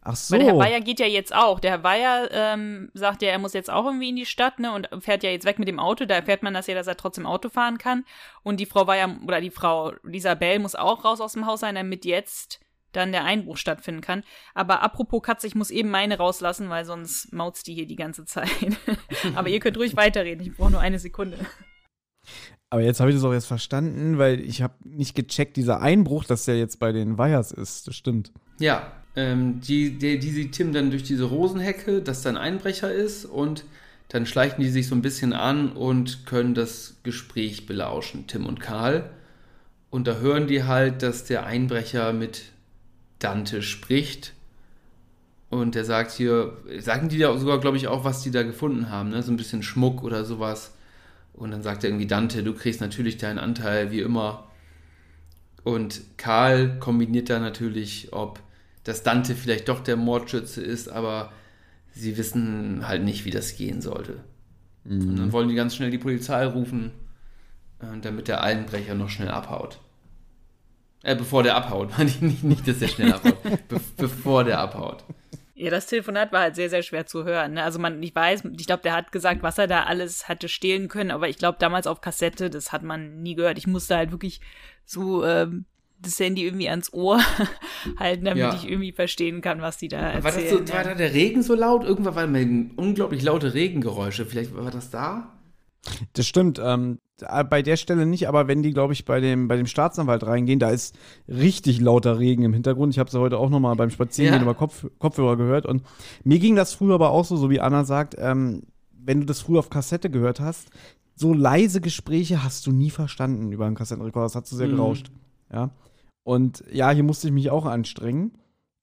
Ach so. Weil der Herr Weiher geht ja jetzt auch. Der Herr Weiher sagt ja, er muss jetzt auch irgendwie in die Stadt, ne, und fährt ja jetzt weg mit dem Auto. Da erfährt man das ja, dass er trotzdem Auto fahren kann. Und die Frau Weiher oder die Frau Isabel muss auch raus aus dem Haus sein, damit jetzt dann der Einbruch stattfinden kann. Aber apropos Katze, ich muss eben meine rauslassen, weil sonst maut's die hier die ganze Zeit. Aber ihr könnt ruhig weiterreden. Ich brauche nur eine Sekunde. Aber jetzt habe ich das auch erst verstanden, weil ich habe nicht gecheckt, dieser Einbruch, dass der jetzt bei den Weihers ist. Das stimmt. Ja, die sieht Tim dann durch diese Rosenhecke, dass da ein Einbrecher ist und dann schleichen die sich so ein bisschen an und können das Gespräch belauschen, Tim und Karl. Und da hören die halt, dass der Einbrecher mit Dante spricht und der sagt hier, sagen die ja sogar, glaube ich, auch, was die da gefunden haben, ne? So ein bisschen Schmuck oder sowas. Und dann sagt er irgendwie, Dante, du kriegst natürlich deinen Anteil, wie immer. Und Karl kombiniert da natürlich, ob dass Dante vielleicht doch der Mordschütze ist, aber sie wissen halt nicht, wie das gehen sollte. Mhm. Und dann wollen die ganz schnell die Polizei rufen, damit der Einbrecher noch schnell abhaut. Bevor der abhaut. Nicht, dass der schnell abhaut. Bevor der abhaut. Ja, das Telefonat war halt sehr, sehr schwer zu hören. Ne? Also ich glaube, der hat gesagt, was er da alles hatte stehlen können, aber ich glaube, damals auf Kassette, das hat man nie gehört. Ich musste halt wirklich so das Handy irgendwie ans Ohr halten, damit ich irgendwie verstehen kann, was die da erzählen. War da der Regen so laut? Irgendwann waren unglaublich laute Regengeräusche. Vielleicht war das da? Das stimmt. Bei der Stelle nicht, aber wenn die, glaube ich, bei dem Staatsanwalt reingehen, da ist richtig lauter Regen im Hintergrund. Ich habe es heute auch nochmal beim Spazierengehen über Kopfhörer gehört. Und mir ging das früher aber auch so wie Anna sagt, wenn du das früher auf Kassette gehört hast, so leise Gespräche hast du nie verstanden über einen Kassettenrekorder. Das hat so sehr gerauscht. Ja. Und ja, hier musste ich mich auch anstrengen.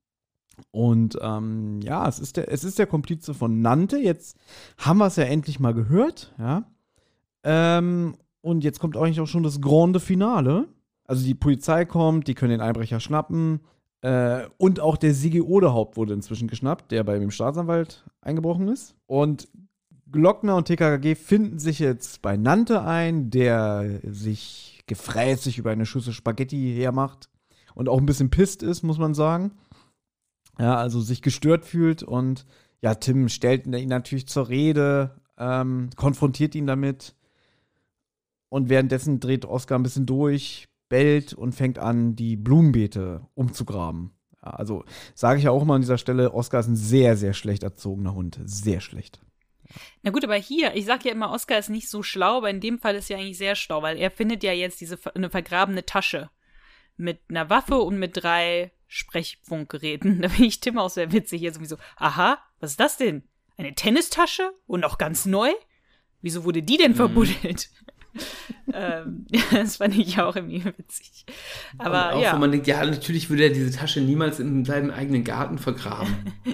Und es ist der Komplize von Nante. Jetzt haben wir es ja endlich mal gehört. Ja. Und jetzt kommt eigentlich auch schon das Grande Finale. Also die Polizei kommt, die können den Einbrecher schnappen. Und auch der Sigi Odehaupt wurde inzwischen geschnappt, der bei dem Staatsanwalt eingebrochen ist. Und Glockner und TKKG finden sich jetzt bei Nante ein, der sich gefräßig über eine Schüssel Spaghetti hermacht und auch ein bisschen pisst ist, muss man sagen. Ja, also sich gestört fühlt und ja, Tim stellt ihn natürlich zur Rede, konfrontiert ihn damit und währenddessen dreht Oskar ein bisschen durch, bellt und fängt an, die Blumenbeete umzugraben. Ja, also sage ich ja auch mal an dieser Stelle, Oskar ist ein sehr, sehr schlecht erzogener Hund. Sehr schlecht. Na gut, aber hier, ich sag ja immer, Oskar ist nicht so schlau, aber in dem Fall ist er eigentlich sehr schlau, weil er findet ja jetzt eine vergrabene Tasche mit einer Waffe und mit 3 Sprechfunkgeräten. Da finde ich Tim auch sehr witzig hier sowieso. Aha, was ist das denn? Eine Tennistasche? Und noch ganz neu? Wieso wurde die denn verbuddelt? Das fand ich auch irgendwie witzig. Aber auch, wenn man denkt, ja, natürlich würde er diese Tasche niemals in seinem eigenen Garten vergraben.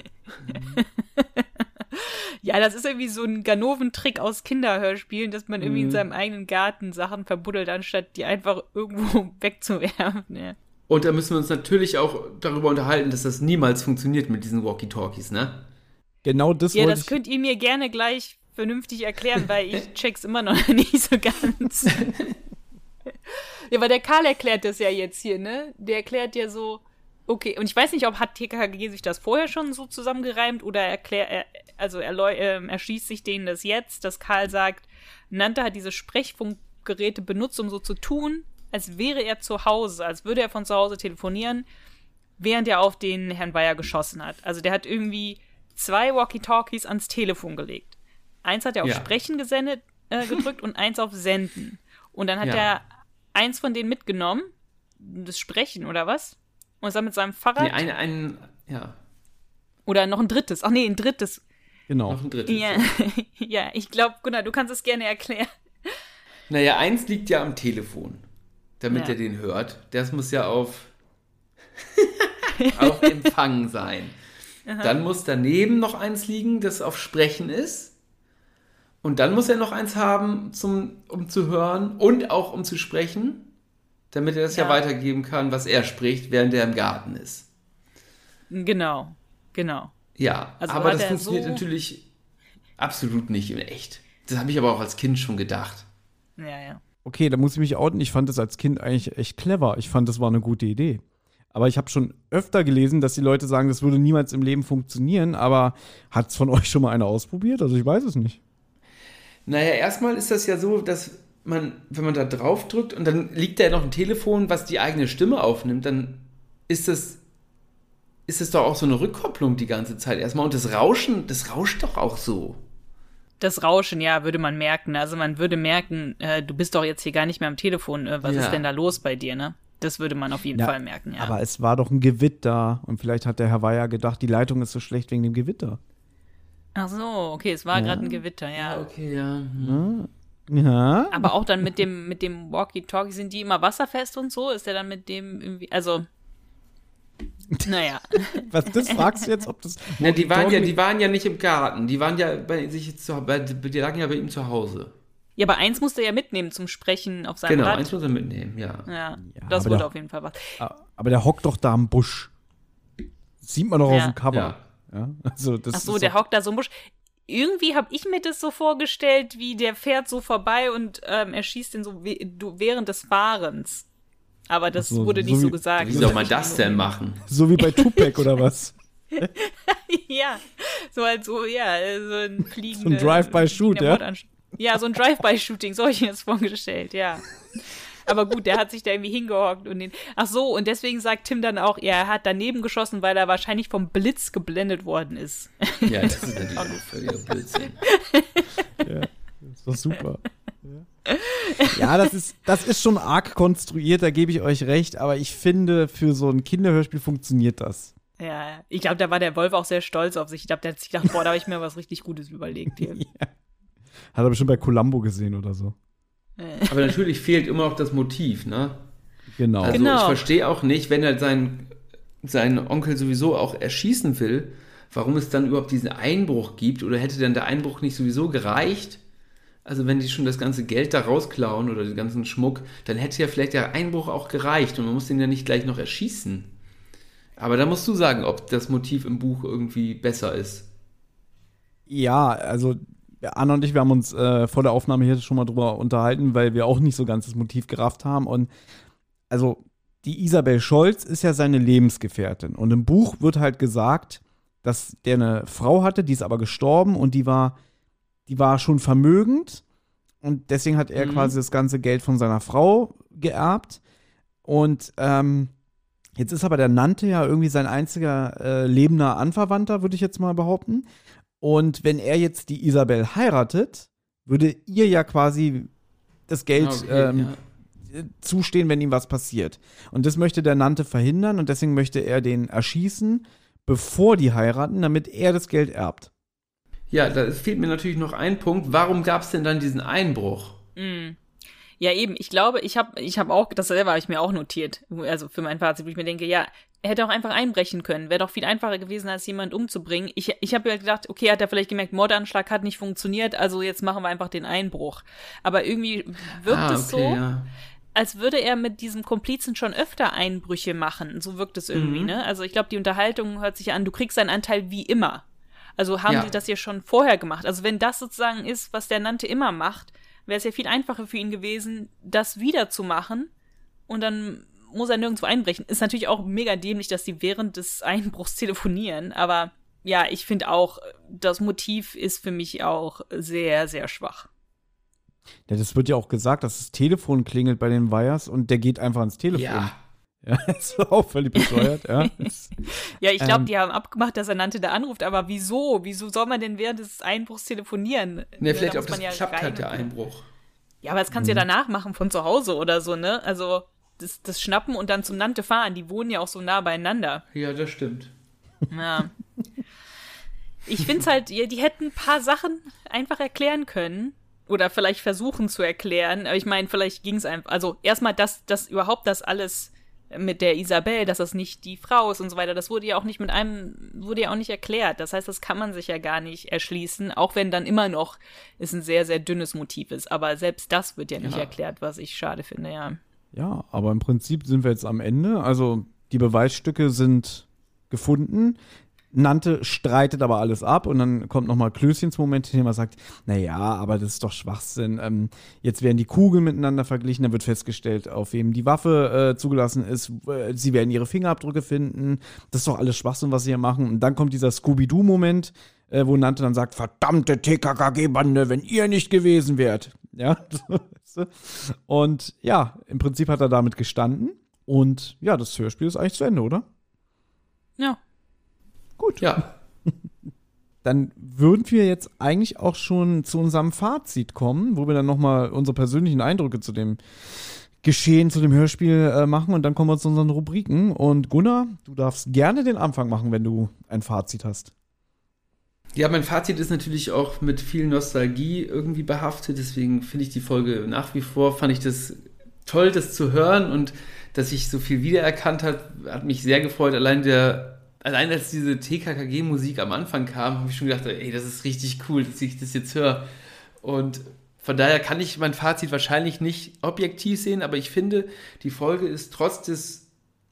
Ja, das ist irgendwie so ein Ganoven-Trick aus Kinderhörspielen, dass man irgendwie in seinem eigenen Garten Sachen verbuddelt, anstatt die einfach irgendwo wegzuwerfen. Ja. Und da müssen wir uns natürlich auch darüber unterhalten, dass das niemals funktioniert mit diesen Walkie-Talkies, ne? Genau das wollte ich... Ja, das könnt ihr mir gerne gleich vernünftig erklären, weil ich check's immer noch nicht so ganz. Ja, weil der Karl erklärt das ja jetzt hier, ne? Der erklärt ja so, okay, und ich weiß nicht, hat TKKG sich das vorher schon so zusammengereimt oder erschließt sich denen das jetzt, dass Karl sagt, Nante hat diese Sprechfunkgeräte benutzt, um so zu tun, als wäre er zu Hause, als würde er von zu Hause telefonieren, während er auf den Herrn Weiher geschossen hat. Also der hat irgendwie 2 Walkie-Talkies ans Telefon gelegt. Eins hat er auf Sprechen gedrückt und eins auf Senden. Und dann hat er eins von denen mitgenommen, das Sprechen oder was? Und ist dann mit seinem Fahrrad... Nee, Oder noch ein drittes. Ach nee, ein drittes. Genau. Noch ein drittes. Ja, ja, ich glaube, Gunnar, du kannst es gerne erklären. Naja, eins liegt ja am Telefon, damit er den hört. Das muss ja auf Empfang sein. Aha. Dann muss daneben noch eins liegen, das auf Sprechen ist. Und dann muss er noch eins haben, um zu hören und auch um zu sprechen, damit er das ja weitergeben kann, was er spricht, während er im Garten ist. Genau. Ja, also aber das funktioniert natürlich absolut nicht in echt. Das habe ich aber auch als Kind schon gedacht. Ja. Okay, da muss ich mich outen. Ich fand das als Kind eigentlich echt clever. Ich fand, das war eine gute Idee. Aber ich habe schon öfter gelesen, dass die Leute sagen, das würde niemals im Leben funktionieren. Aber hat es von euch schon mal einer ausprobiert? Also ich weiß es nicht. Naja, erstmal ist das ja so, dass man, wenn man da drauf drückt und dann liegt da ja noch ein Telefon, was die eigene Stimme aufnimmt, dann ist es doch auch so eine Rückkopplung die ganze Zeit erstmal. Und das Rauschen, das rauscht doch auch so. Das Rauschen, ja, würde man merken. Also man würde merken, du bist doch jetzt hier gar nicht mehr am Telefon. Was ist denn da los bei dir, ne? Das würde man auf jeden Fall merken, ja. Aber es war doch ein Gewitter. Und vielleicht hat der Herr Weiher gedacht, die Leitung ist so schlecht wegen dem Gewitter. Ach so, okay, es war gerade ein Gewitter, ja. Okay, ja. Ja. Aber auch dann mit dem Walkie-Talkie, sind die immer wasserfest und so? Ist der dann mit dem irgendwie, also, naja. Was, das fragst du jetzt, ob das... Na, die waren ja nicht im Garten. Die waren ja die lagen ja bei ihm zu Hause. Ja, aber eins musste er ja mitnehmen zum Sprechen auf seinem Rad. Genau, eins muss er mitnehmen, ja. Ja, das wurde auf jeden Fall was. Aber der hockt doch da am Busch. Das sieht man doch auf dem Cover. Ja. Also das Ach so, der hockt da so im Busch. Irgendwie habe ich mir das so vorgestellt, wie der fährt so vorbei und er schießt ihn so während des Fahrens. Aber das wurde nicht so gesagt. Wie soll man das denn machen? So wie bei Tupac oder was? Ja, so halt so, ja, so ein fliegender... So ein Drive-by-Shoot, ja? Ja, so ein Drive-by-Shooting, so habe ich mir das vorgestellt, ja. Aber gut, der hat sich da irgendwie hingehockt und ach so, und deswegen sagt Tim dann auch, er hat daneben geschossen, weil er wahrscheinlich vom Blitz geblendet worden ist. Ja, das ist natürlich auch völliger Blödsinn. Ja, das ist doch super. Ja, das ist schon arg konstruiert, da gebe ich euch recht, aber ich finde, für so ein Kinderhörspiel funktioniert das. Ja, ich glaube, da war der Wolf auch sehr stolz auf sich. Ich glaube, der hat sich gedacht, boah, da habe ich mir was richtig Gutes überlegt hier. Ja. Hat er bestimmt bei Columbo gesehen oder so. Aber natürlich fehlt immer noch das Motiv, ne? Genau. Also ich verstehe auch nicht, wenn er seinen Onkel sowieso auch erschießen will, warum es dann überhaupt diesen Einbruch gibt, oder hätte dann der Einbruch nicht sowieso gereicht? Also wenn die schon das ganze Geld da rausklauen oder den ganzen Schmuck, dann hätte ja vielleicht der Einbruch auch gereicht und man muss den ja nicht gleich noch erschießen. Aber da musst du sagen, ob das Motiv im Buch irgendwie besser ist. Ja, also Anna und ich, wir haben uns vor der Aufnahme hier schon mal drüber unterhalten, weil wir auch nicht so ganz das Motiv gerafft haben. Und also die Isabel Scholz ist ja seine Lebensgefährtin. Und im Buch wird halt gesagt, dass der eine Frau hatte, die ist aber gestorben und die war schon vermögend. Und deswegen hat er quasi das ganze Geld von seiner Frau geerbt. Und jetzt ist aber der Nannte ja irgendwie sein einziger lebender Anverwandter, würde ich jetzt mal behaupten. Und wenn er jetzt die Isabel heiratet, würde ihr ja quasi das Geld zustehen, wenn ihm was passiert. Und das möchte der Nannte verhindern und deswegen möchte er den erschießen, bevor die heiraten, damit er das Geld erbt. Ja, da fehlt mir natürlich noch ein Punkt. Warum gab es denn dann diesen Einbruch? Ja, eben. Ich glaube, ich hab auch, das selber habe ich mir auch notiert. Also für mein Fazit, wo ich mir denke, ja, er hätte auch einfach einbrechen können. Wäre doch viel einfacher gewesen, als jemand umzubringen. Ich habe ja gedacht, okay, hat er vielleicht gemerkt, Mordanschlag hat nicht funktioniert, also jetzt machen wir einfach den Einbruch. Aber irgendwie wirkt es so, als würde er mit diesem Komplizen schon öfter Einbrüche machen. So wirkt es irgendwie, ne? Also ich glaube, die Unterhaltung hört sich an, du kriegst deinen Anteil wie immer. Also haben sie das ja schon vorher gemacht. Also wenn das sozusagen ist, was der Nannte immer macht, wäre es ja viel einfacher für ihn gewesen, das wieder zu machen und dann muss er nirgendwo einbrechen. Ist natürlich auch mega dämlich, dass die während des Einbruchs telefonieren, aber ja, ich finde auch, das Motiv ist für mich auch sehr, sehr schwach. Ja, das wird ja auch gesagt, dass das Telefon klingelt bei den Weyers und der geht einfach ans Telefon. Ja, das ist auch völlig bescheuert, ja. Ja, ich glaube, die haben abgemacht, dass er Nannte da anruft, aber wieso? Wieso soll man denn während des Einbruchs telefonieren? Ne, vielleicht ob das geklappt hat, der Einbruch. Ja, aber das kannst du ja danach machen von zu Hause oder so, ne? Also das Schnappen und dann zum Nannte fahren, die wohnen ja auch so nah beieinander. Ja, das stimmt. Ja. Ich finde es halt, die hätten ein paar Sachen einfach erklären können. Oder vielleicht versuchen zu erklären. Aber ich meine, vielleicht ging es einfach. Also erstmal, dass überhaupt das alles mit der Isabel, dass das nicht die Frau ist und so weiter, das wurde ja auch nicht erklärt. Das heißt, das kann man sich ja gar nicht erschließen, auch wenn dann immer noch es ein sehr, sehr dünnes Motiv ist. Aber selbst das wird ja nicht erklärt, was ich schade finde, ja. Ja, aber im Prinzip sind wir jetzt am Ende. Also die Beweisstücke sind gefunden. Nante streitet aber alles ab und dann kommt nochmal Klößchens Moment, in dem er sagt, naja, aber das ist doch Schwachsinn. Jetzt werden die Kugeln miteinander verglichen, dann wird festgestellt, auf wem die Waffe zugelassen ist. Sie werden ihre Fingerabdrücke finden. Das ist doch alles Schwachsinn, was sie hier machen. Und dann kommt dieser Scooby-Doo-Moment, wo Nante dann sagt, verdammte TKKG-Bande, wenn ihr nicht gewesen wärt. Ja, und ja, im Prinzip hat er damit gestanden. Und ja, das Hörspiel ist eigentlich zu Ende, oder? Ja. Gut. Ja. Dann würden wir jetzt eigentlich auch schon zu unserem Fazit kommen, wo wir dann nochmal unsere persönlichen Eindrücke zu dem Geschehen, zu dem Hörspiel machen. Und dann kommen wir zu unseren Rubriken. Und Gunnar, du darfst gerne den Anfang machen, wenn du ein Fazit hast. Ja, mein Fazit ist natürlich auch mit viel Nostalgie irgendwie behaftet. Deswegen finde ich die Folge nach wie vor, fand ich das toll, das zu hören. Und dass ich so viel wiedererkannt habe, hat mich sehr gefreut. Allein als diese TKKG-Musik am Anfang kam, habe ich schon gedacht, ey, das ist richtig cool, dass ich das jetzt höre. Und von daher kann ich mein Fazit wahrscheinlich nicht objektiv sehen, aber ich finde, die Folge ist trotz des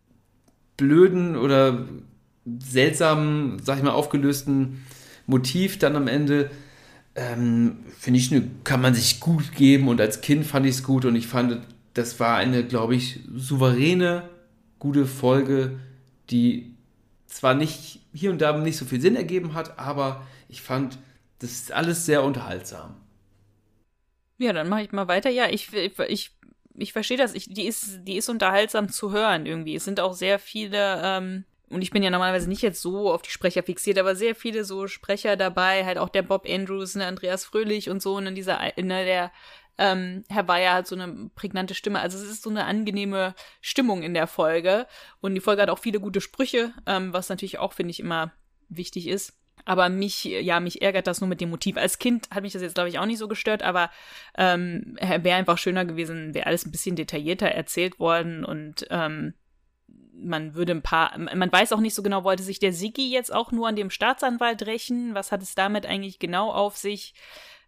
blöden oder seltsamen, sag ich mal, aufgelösten Motiv dann am Ende, finde ich, kann man sich gut geben. Und als Kind fand ich es gut und ich fand, das war eine, glaube ich, souveräne, gute Folge, die zwar nicht hier und da nicht so viel Sinn ergeben hat, aber ich fand, das ist alles sehr unterhaltsam. Ja, dann mache ich mal weiter. Ja, ich verstehe das. Die ist unterhaltsam zu hören irgendwie. Es sind auch sehr viele, und ich bin ja normalerweise nicht jetzt so auf die Sprecher fixiert, aber sehr viele so Sprecher dabei, halt auch der Bob Andrews, Andreas Fröhlich und so, und dann der Herr Weyer hat so eine prägnante Stimme. Also es ist so eine angenehme Stimmung in der Folge. Und die Folge hat auch viele gute Sprüche, was natürlich auch, finde ich, immer wichtig ist. Aber mich ärgert das nur mit dem Motiv. Als Kind hat mich das jetzt, glaube ich, auch nicht so gestört, aber wäre einfach schöner gewesen, wäre alles ein bisschen detaillierter erzählt worden und man weiß auch nicht so genau, wollte sich der Siggi jetzt auch nur an dem Staatsanwalt rächen? Was hat es damit eigentlich genau auf sich?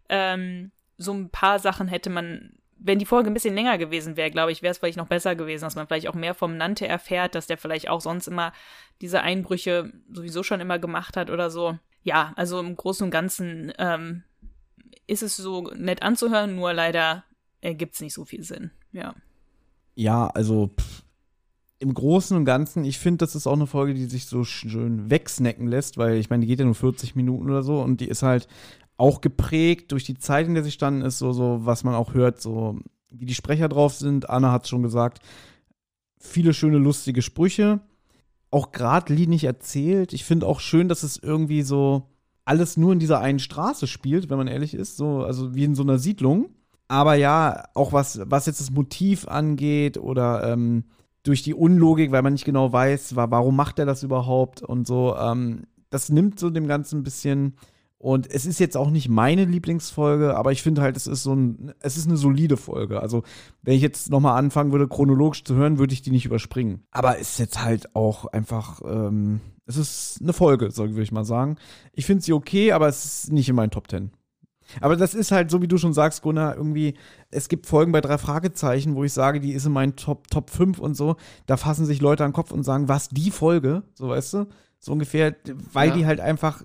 So ein paar Sachen hätte man, wenn die Folge ein bisschen länger gewesen wäre, glaube ich, wäre es vielleicht noch besser gewesen, dass man vielleicht auch mehr vom Nante erfährt, dass der vielleicht auch sonst immer diese Einbrüche sowieso schon immer gemacht hat oder so. Ja, also im Großen und Ganzen ist es so nett anzuhören, nur leider ergibt es nicht so viel Sinn, ja. Ja, also im Großen und Ganzen, ich finde, das ist auch eine Folge, die sich so schön wegsnacken lässt, weil ich meine, die geht ja nur 40 Minuten oder so und die ist halt auch geprägt durch die Zeit, in der sie standen ist, so was man auch hört, so wie die Sprecher drauf sind. Anna hat es schon gesagt, viele schöne, lustige Sprüche, auch geradlinig erzählt. Ich finde auch schön, dass es irgendwie so alles nur in dieser einen Straße spielt, wenn man ehrlich ist, so, also wie in so einer Siedlung. Aber ja, auch was jetzt das Motiv angeht oder durch die Unlogik, weil man nicht genau weiß, warum macht er das überhaupt und so, das nimmt so dem Ganzen ein bisschen. Und es ist jetzt auch nicht meine Lieblingsfolge, aber ich finde halt, es ist eine solide Folge. Also, wenn ich jetzt nochmal anfangen würde, chronologisch zu hören, würde ich die nicht überspringen. Aber es ist jetzt halt auch einfach, es ist eine Folge, würde ich mal sagen. Ich finde sie okay, aber es ist nicht in meinen Top 10. Aber das ist halt, so wie du schon sagst, Gunnar, irgendwie, es gibt Folgen bei 3 Fragezeichen, wo ich sage, die ist in meinen Top 5 und so. Da fassen sich Leute an den Kopf und sagen, was, die Folge? So, weißt du? So ungefähr, weil die halt einfach,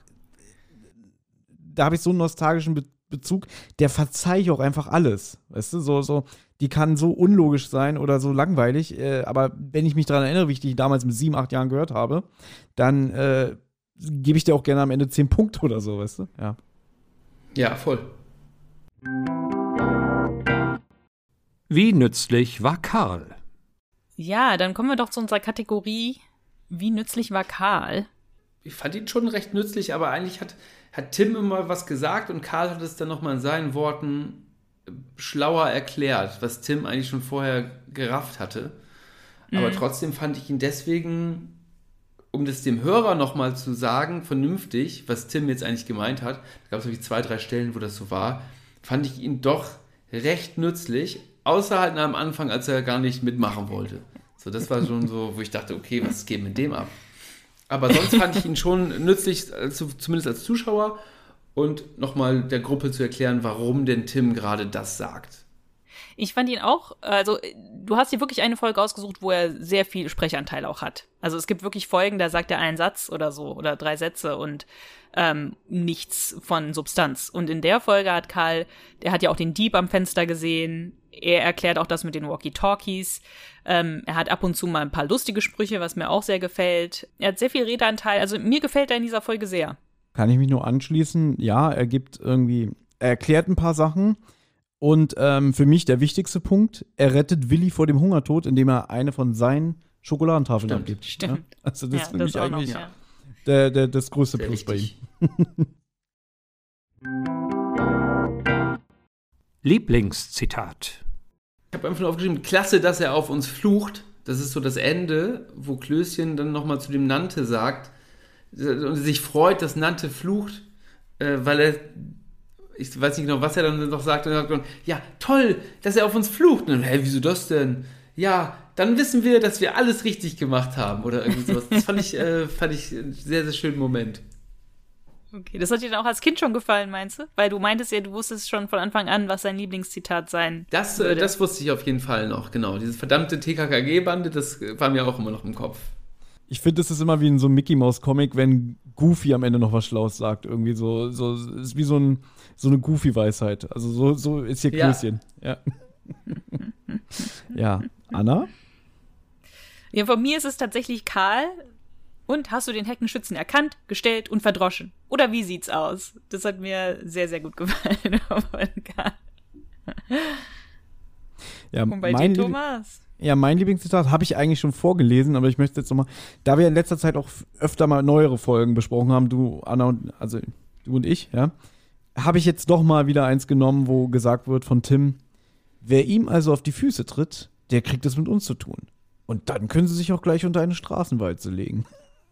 da habe ich so einen nostalgischen Bezug, der verzeihe ich auch einfach alles. Weißt du, so, die kann so unlogisch sein oder so langweilig, aber wenn ich mich daran erinnere, wie ich die damals mit 7, 8 Jahren gehört habe, dann gebe ich dir auch gerne am Ende 10 Punkte oder so, weißt du? Ja. Ja, voll. Wie nützlich war Karl? Ja, dann kommen wir doch zu unserer Kategorie, wie nützlich war Karl? Ich fand ihn schon recht nützlich, aber eigentlich hat Tim immer was gesagt und Karl hat es dann nochmal in seinen Worten schlauer erklärt, was Tim eigentlich schon vorher gerafft hatte. Aber trotzdem fand ich ihn deswegen, um das dem Hörer nochmal zu sagen, vernünftig, was Tim jetzt eigentlich gemeint hat, da gab es wirklich 2, 3 Stellen, wo das so war, fand ich ihn doch recht nützlich, außer halt am Anfang, als er gar nicht mitmachen wollte. So, das war schon so, wo ich dachte, okay, was geht mit dem ab? Aber sonst fand ich ihn schon nützlich, zumindest als Zuschauer, und nochmal der Gruppe zu erklären, warum denn Tim gerade das sagt. Ich fand ihn auch, also du hast dir wirklich eine Folge ausgesucht, wo er sehr viel Sprechanteil auch hat. Also es gibt wirklich Folgen, da sagt er einen Satz oder so oder 3 Sätze und nichts von Substanz. Und in der Folge hat Karl, der hat ja auch den Dieb am Fenster gesehen, er erklärt auch das mit den Walkie-Talkies, er hat ab und zu mal ein paar lustige Sprüche, was mir auch sehr gefällt. Er hat sehr viel Redeanteil, also mir gefällt er in dieser Folge sehr. Kann ich mich nur anschließen. Ja, er erklärt ein paar Sachen. Und für mich der wichtigste Punkt, er rettet Willi vor dem Hungertod, indem er eine von seinen Schokoladentafeln abgibt. Stimmt. Ja? Also das ist für das mich auch noch, eigentlich ja. das größte Sehr Plus bei ihm. wichtig. Lieblingszitat. Ich habe einfach nur aufgeschrieben, klasse, dass er auf uns flucht. Das ist so das Ende, wo Klößchen dann nochmal zu dem Nante sagt und sich freut, dass Nante flucht, weil er, ich weiß nicht genau, was er dann noch sagt, und er sagt dann, ja, toll, dass er auf uns flucht. Und dann, wieso das denn? Ja, dann wissen wir, dass wir alles richtig gemacht haben oder irgendwie sowas. Das fand ich einen sehr, sehr schönen Moment. Okay, das hat dir dann auch als Kind schon gefallen, meinst du? Weil du meintest ja, du wusstest schon von Anfang an, was sein Lieblingszitat sein würde. Das wusste ich auf jeden Fall noch, genau. Diese verdammte TKKG-Bande, das war mir auch immer noch im Kopf. Ich finde, das ist immer wie in so einem Mickey-Maus-Comic, wenn Goofy am Ende noch was Schlaues sagt. Irgendwie so ist wie so eine Goofy-Weisheit. Also so ist hier Klößchen. Ja. Ja. Anna? Ja, von mir ist es tatsächlich Karl. Und hast du den Heckenschützen erkannt, gestellt und verdroschen? Oder wie sieht's aus? Das hat mir sehr, sehr gut gefallen von Karl. Ja, Und bei dir, Thomas? Ja, mein Lieblingszitat habe ich eigentlich schon vorgelesen, aber ich möchte jetzt nochmal, da wir in letzter Zeit auch öfter mal neuere Folgen besprochen haben, du, Anna, also du und ich, ja, habe ich jetzt doch mal wieder eins genommen, wo gesagt wird von Tim, wer ihm also auf die Füße tritt, der kriegt es mit uns zu tun. Und dann können sie sich auch gleich unter eine Straßenwalze legen.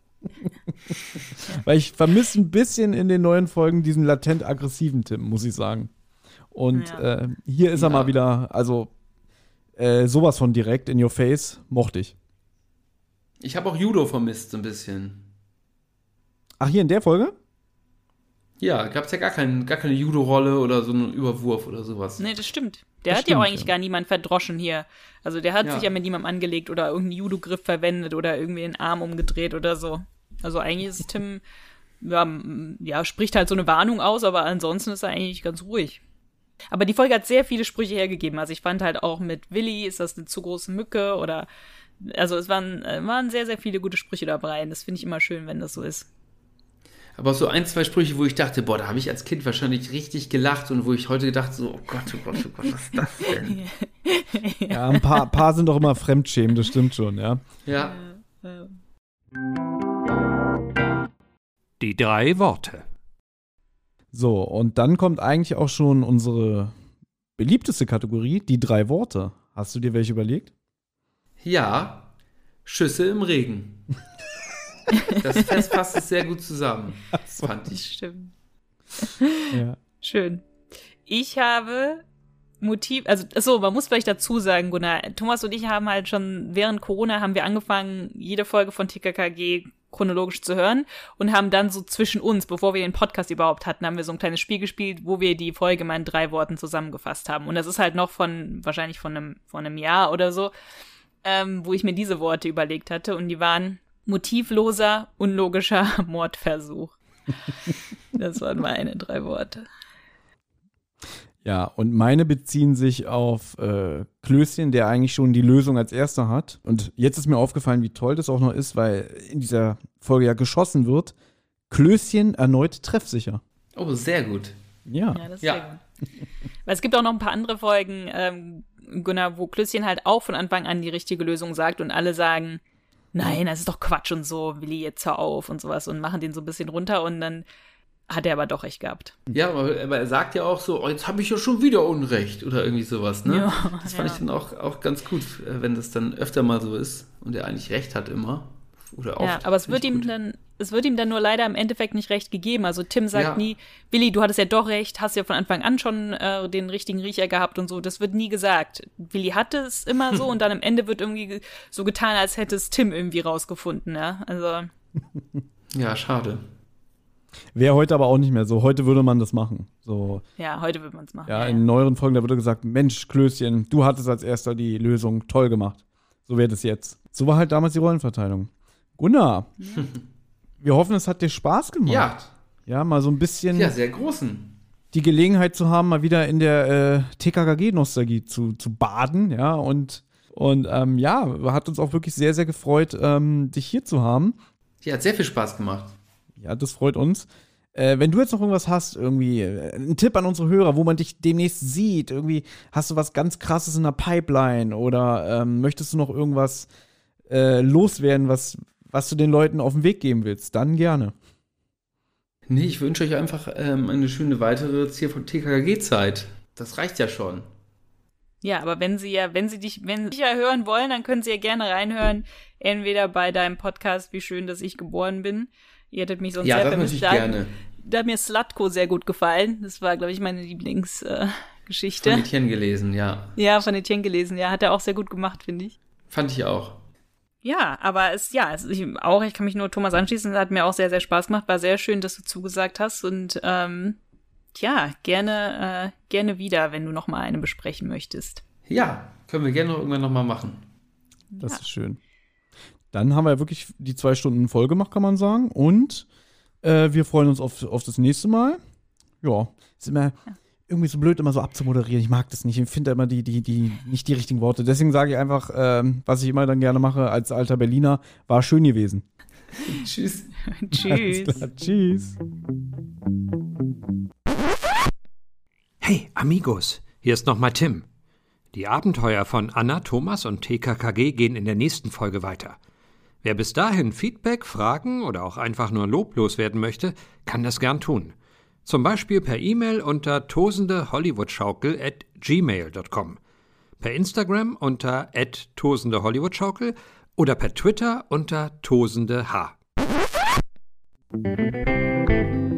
Weil ich vermisse ein bisschen in den neuen Folgen diesen latent aggressiven Tim, muss ich sagen. Und hier ist er mal wieder, also sowas von direkt in your face, mochte ich. Ich habe auch Judo vermisst, so ein bisschen. Ach, hier in der Folge? Ja, gab es ja gar keine Judo-Rolle oder so einen Überwurf oder sowas. Nee, das stimmt. Der hat ja auch eigentlich gar niemand verdroschen hier. Also der hat sich ja mit niemandem angelegt oder irgendeinen Judo-Griff verwendet oder irgendwie den Arm umgedreht oder so. Also eigentlich ist Tim, spricht halt so eine Warnung aus, aber ansonsten ist er eigentlich ganz ruhig. Aber die Folge hat sehr viele Sprüche hergegeben. Also ich fand halt auch mit Willi, ist das eine zu große Mücke oder, also es waren sehr, sehr viele gute Sprüche dabei. Und das finde ich immer schön, wenn das so ist. Aber so 1, 2 Sprüche, wo ich dachte, boah, da habe ich als Kind wahrscheinlich richtig gelacht und wo ich heute gedacht so, oh Gott, was ist das denn? Ja, ein paar sind doch immer Fremdschämen, das stimmt schon, ja. Ja. Die 3 Worte. So, und dann kommt eigentlich auch schon unsere beliebteste Kategorie, die 3 Worte. Hast du dir welche überlegt? Ja, Schüsse im Regen. Das fasst es sehr gut zusammen, fand ich. Stimmt. Ja. Schön. Ich habe Motiv, also man muss vielleicht dazu sagen, Gunnar, Thomas und ich haben halt schon während Corona haben wir angefangen, jede Folge von TKKG chronologisch zu hören und haben dann so zwischen uns, bevor wir den Podcast überhaupt hatten, haben wir so ein kleines Spiel gespielt, wo wir die Folge mal in 3 Worten zusammengefasst haben. Und das ist halt noch wahrscheinlich von einem Jahr oder so, wo ich mir diese Worte überlegt hatte und die waren motivloser, unlogischer Mordversuch. Das waren meine 3 Worte. Ja, und meine beziehen sich auf Klößchen, der eigentlich schon die Lösung als erster hat. Und jetzt ist mir aufgefallen, wie toll das auch noch ist, weil in dieser Folge ja geschossen wird. Klößchen erneut treffsicher. Oh, sehr gut. Ja. Ja, das ist sehr gut. Weil es gibt auch noch ein paar andere Folgen, Gunnar, wo Klößchen halt auch von Anfang an die richtige Lösung sagt und alle sagen, nein, das ist doch Quatsch und so, Willi, jetzt hör auf und sowas und machen den so ein bisschen runter und dann hat er aber doch recht gehabt. Ja, aber er sagt ja auch so, oh, jetzt habe ich ja schon wieder Unrecht oder irgendwie sowas, ne? Ja, das fand ich dann auch ganz gut, wenn das dann öfter mal so ist und er eigentlich recht hat immer. Oder oft. Ja, aber es wird ihm dann nur leider im Endeffekt nicht recht gegeben. Also Tim sagt nie, Willi, du hattest ja doch recht, hast ja von Anfang an schon den richtigen Riecher gehabt und so. Das wird nie gesagt. Willi hatte es immer so und dann am Ende wird irgendwie so getan, als hätte es Tim irgendwie rausgefunden, ja. Also. Ja, schade. Wäre heute aber auch nicht mehr so. Heute würde man das machen. So, Ja, heute wird man es machen. ja, in neueren Folgen, da würde gesagt, Mensch, Klößchen, du hattest als erster die Lösung, toll gemacht. So wäre das jetzt. So war halt damals die Rollenverteilung. Gunnar, wir hoffen, es hat dir Spaß gemacht. Ja, Ja, mal so ein bisschen ja, sehr großen. die Gelegenheit zu haben, mal wieder in der TKKG-Nostalgie zu baden, ja, und ja, hat uns auch wirklich sehr, sehr gefreut, dich hier zu haben. Ja, hat sehr viel Spaß gemacht. Ja, das freut uns. Wenn du jetzt noch irgendwas hast, irgendwie ein Tipp an unsere Hörer, wo man dich demnächst sieht, irgendwie hast du was ganz Krasses in der Pipeline oder möchtest du noch irgendwas loswerden, was du den Leuten auf den Weg geben willst, dann gerne. Nee, ich wünsche euch einfach eine schöne weitere TKKG-Zeit. Das reicht ja schon. Ja, aber wenn Sie dich ja hören wollen, dann können Sie ja gerne reinhören. Entweder bei deinem Podcast, wie schön, dass ich geboren bin. Ihr hättet mich sonst Ja, sehr das vermisst. natürlich gerne. Da hat mir Slutko sehr gut gefallen. Das war, glaube ich, meine Lieblingsgeschichte. Von Etienne gelesen, ja. Ja, von Etienne gelesen. Ja, hat er auch sehr gut gemacht, finde ich. Fand ich auch. Ja, aber ich kann mich nur Thomas anschließen. Hat mir auch sehr, sehr Spaß gemacht. War sehr schön, dass du zugesagt hast. Und gerne wieder, wenn du noch mal eine besprechen möchtest. Ja, können wir gerne irgendwann nochmal machen. Das ist schön. Dann haben wir ja wirklich die 2 Stunden voll gemacht, kann man sagen. Und wir freuen uns auf das nächste Mal. Ja, ist immer irgendwie so blöd, immer so abzumoderieren. Ich mag das nicht. Ich finde immer nicht die richtigen Worte. Deswegen sage ich einfach, was ich immer dann gerne mache als alter Berliner, war schön gewesen. Tschüss. Tschüss. Alles klar, tschüss. Hey, Amigos, hier ist nochmal Tim. Die Abenteuer von Anna, Thomas und TKKG gehen in der nächsten Folge weiter. Wer bis dahin Feedback, Fragen oder auch einfach nur loblos werden möchte, kann das gern tun. Zum Beispiel per E-Mail unter tosendehollywoodschaukel@gmail.com, per Instagram unter @tosendehollywoodschaukel oder per Twitter unter tosendeh.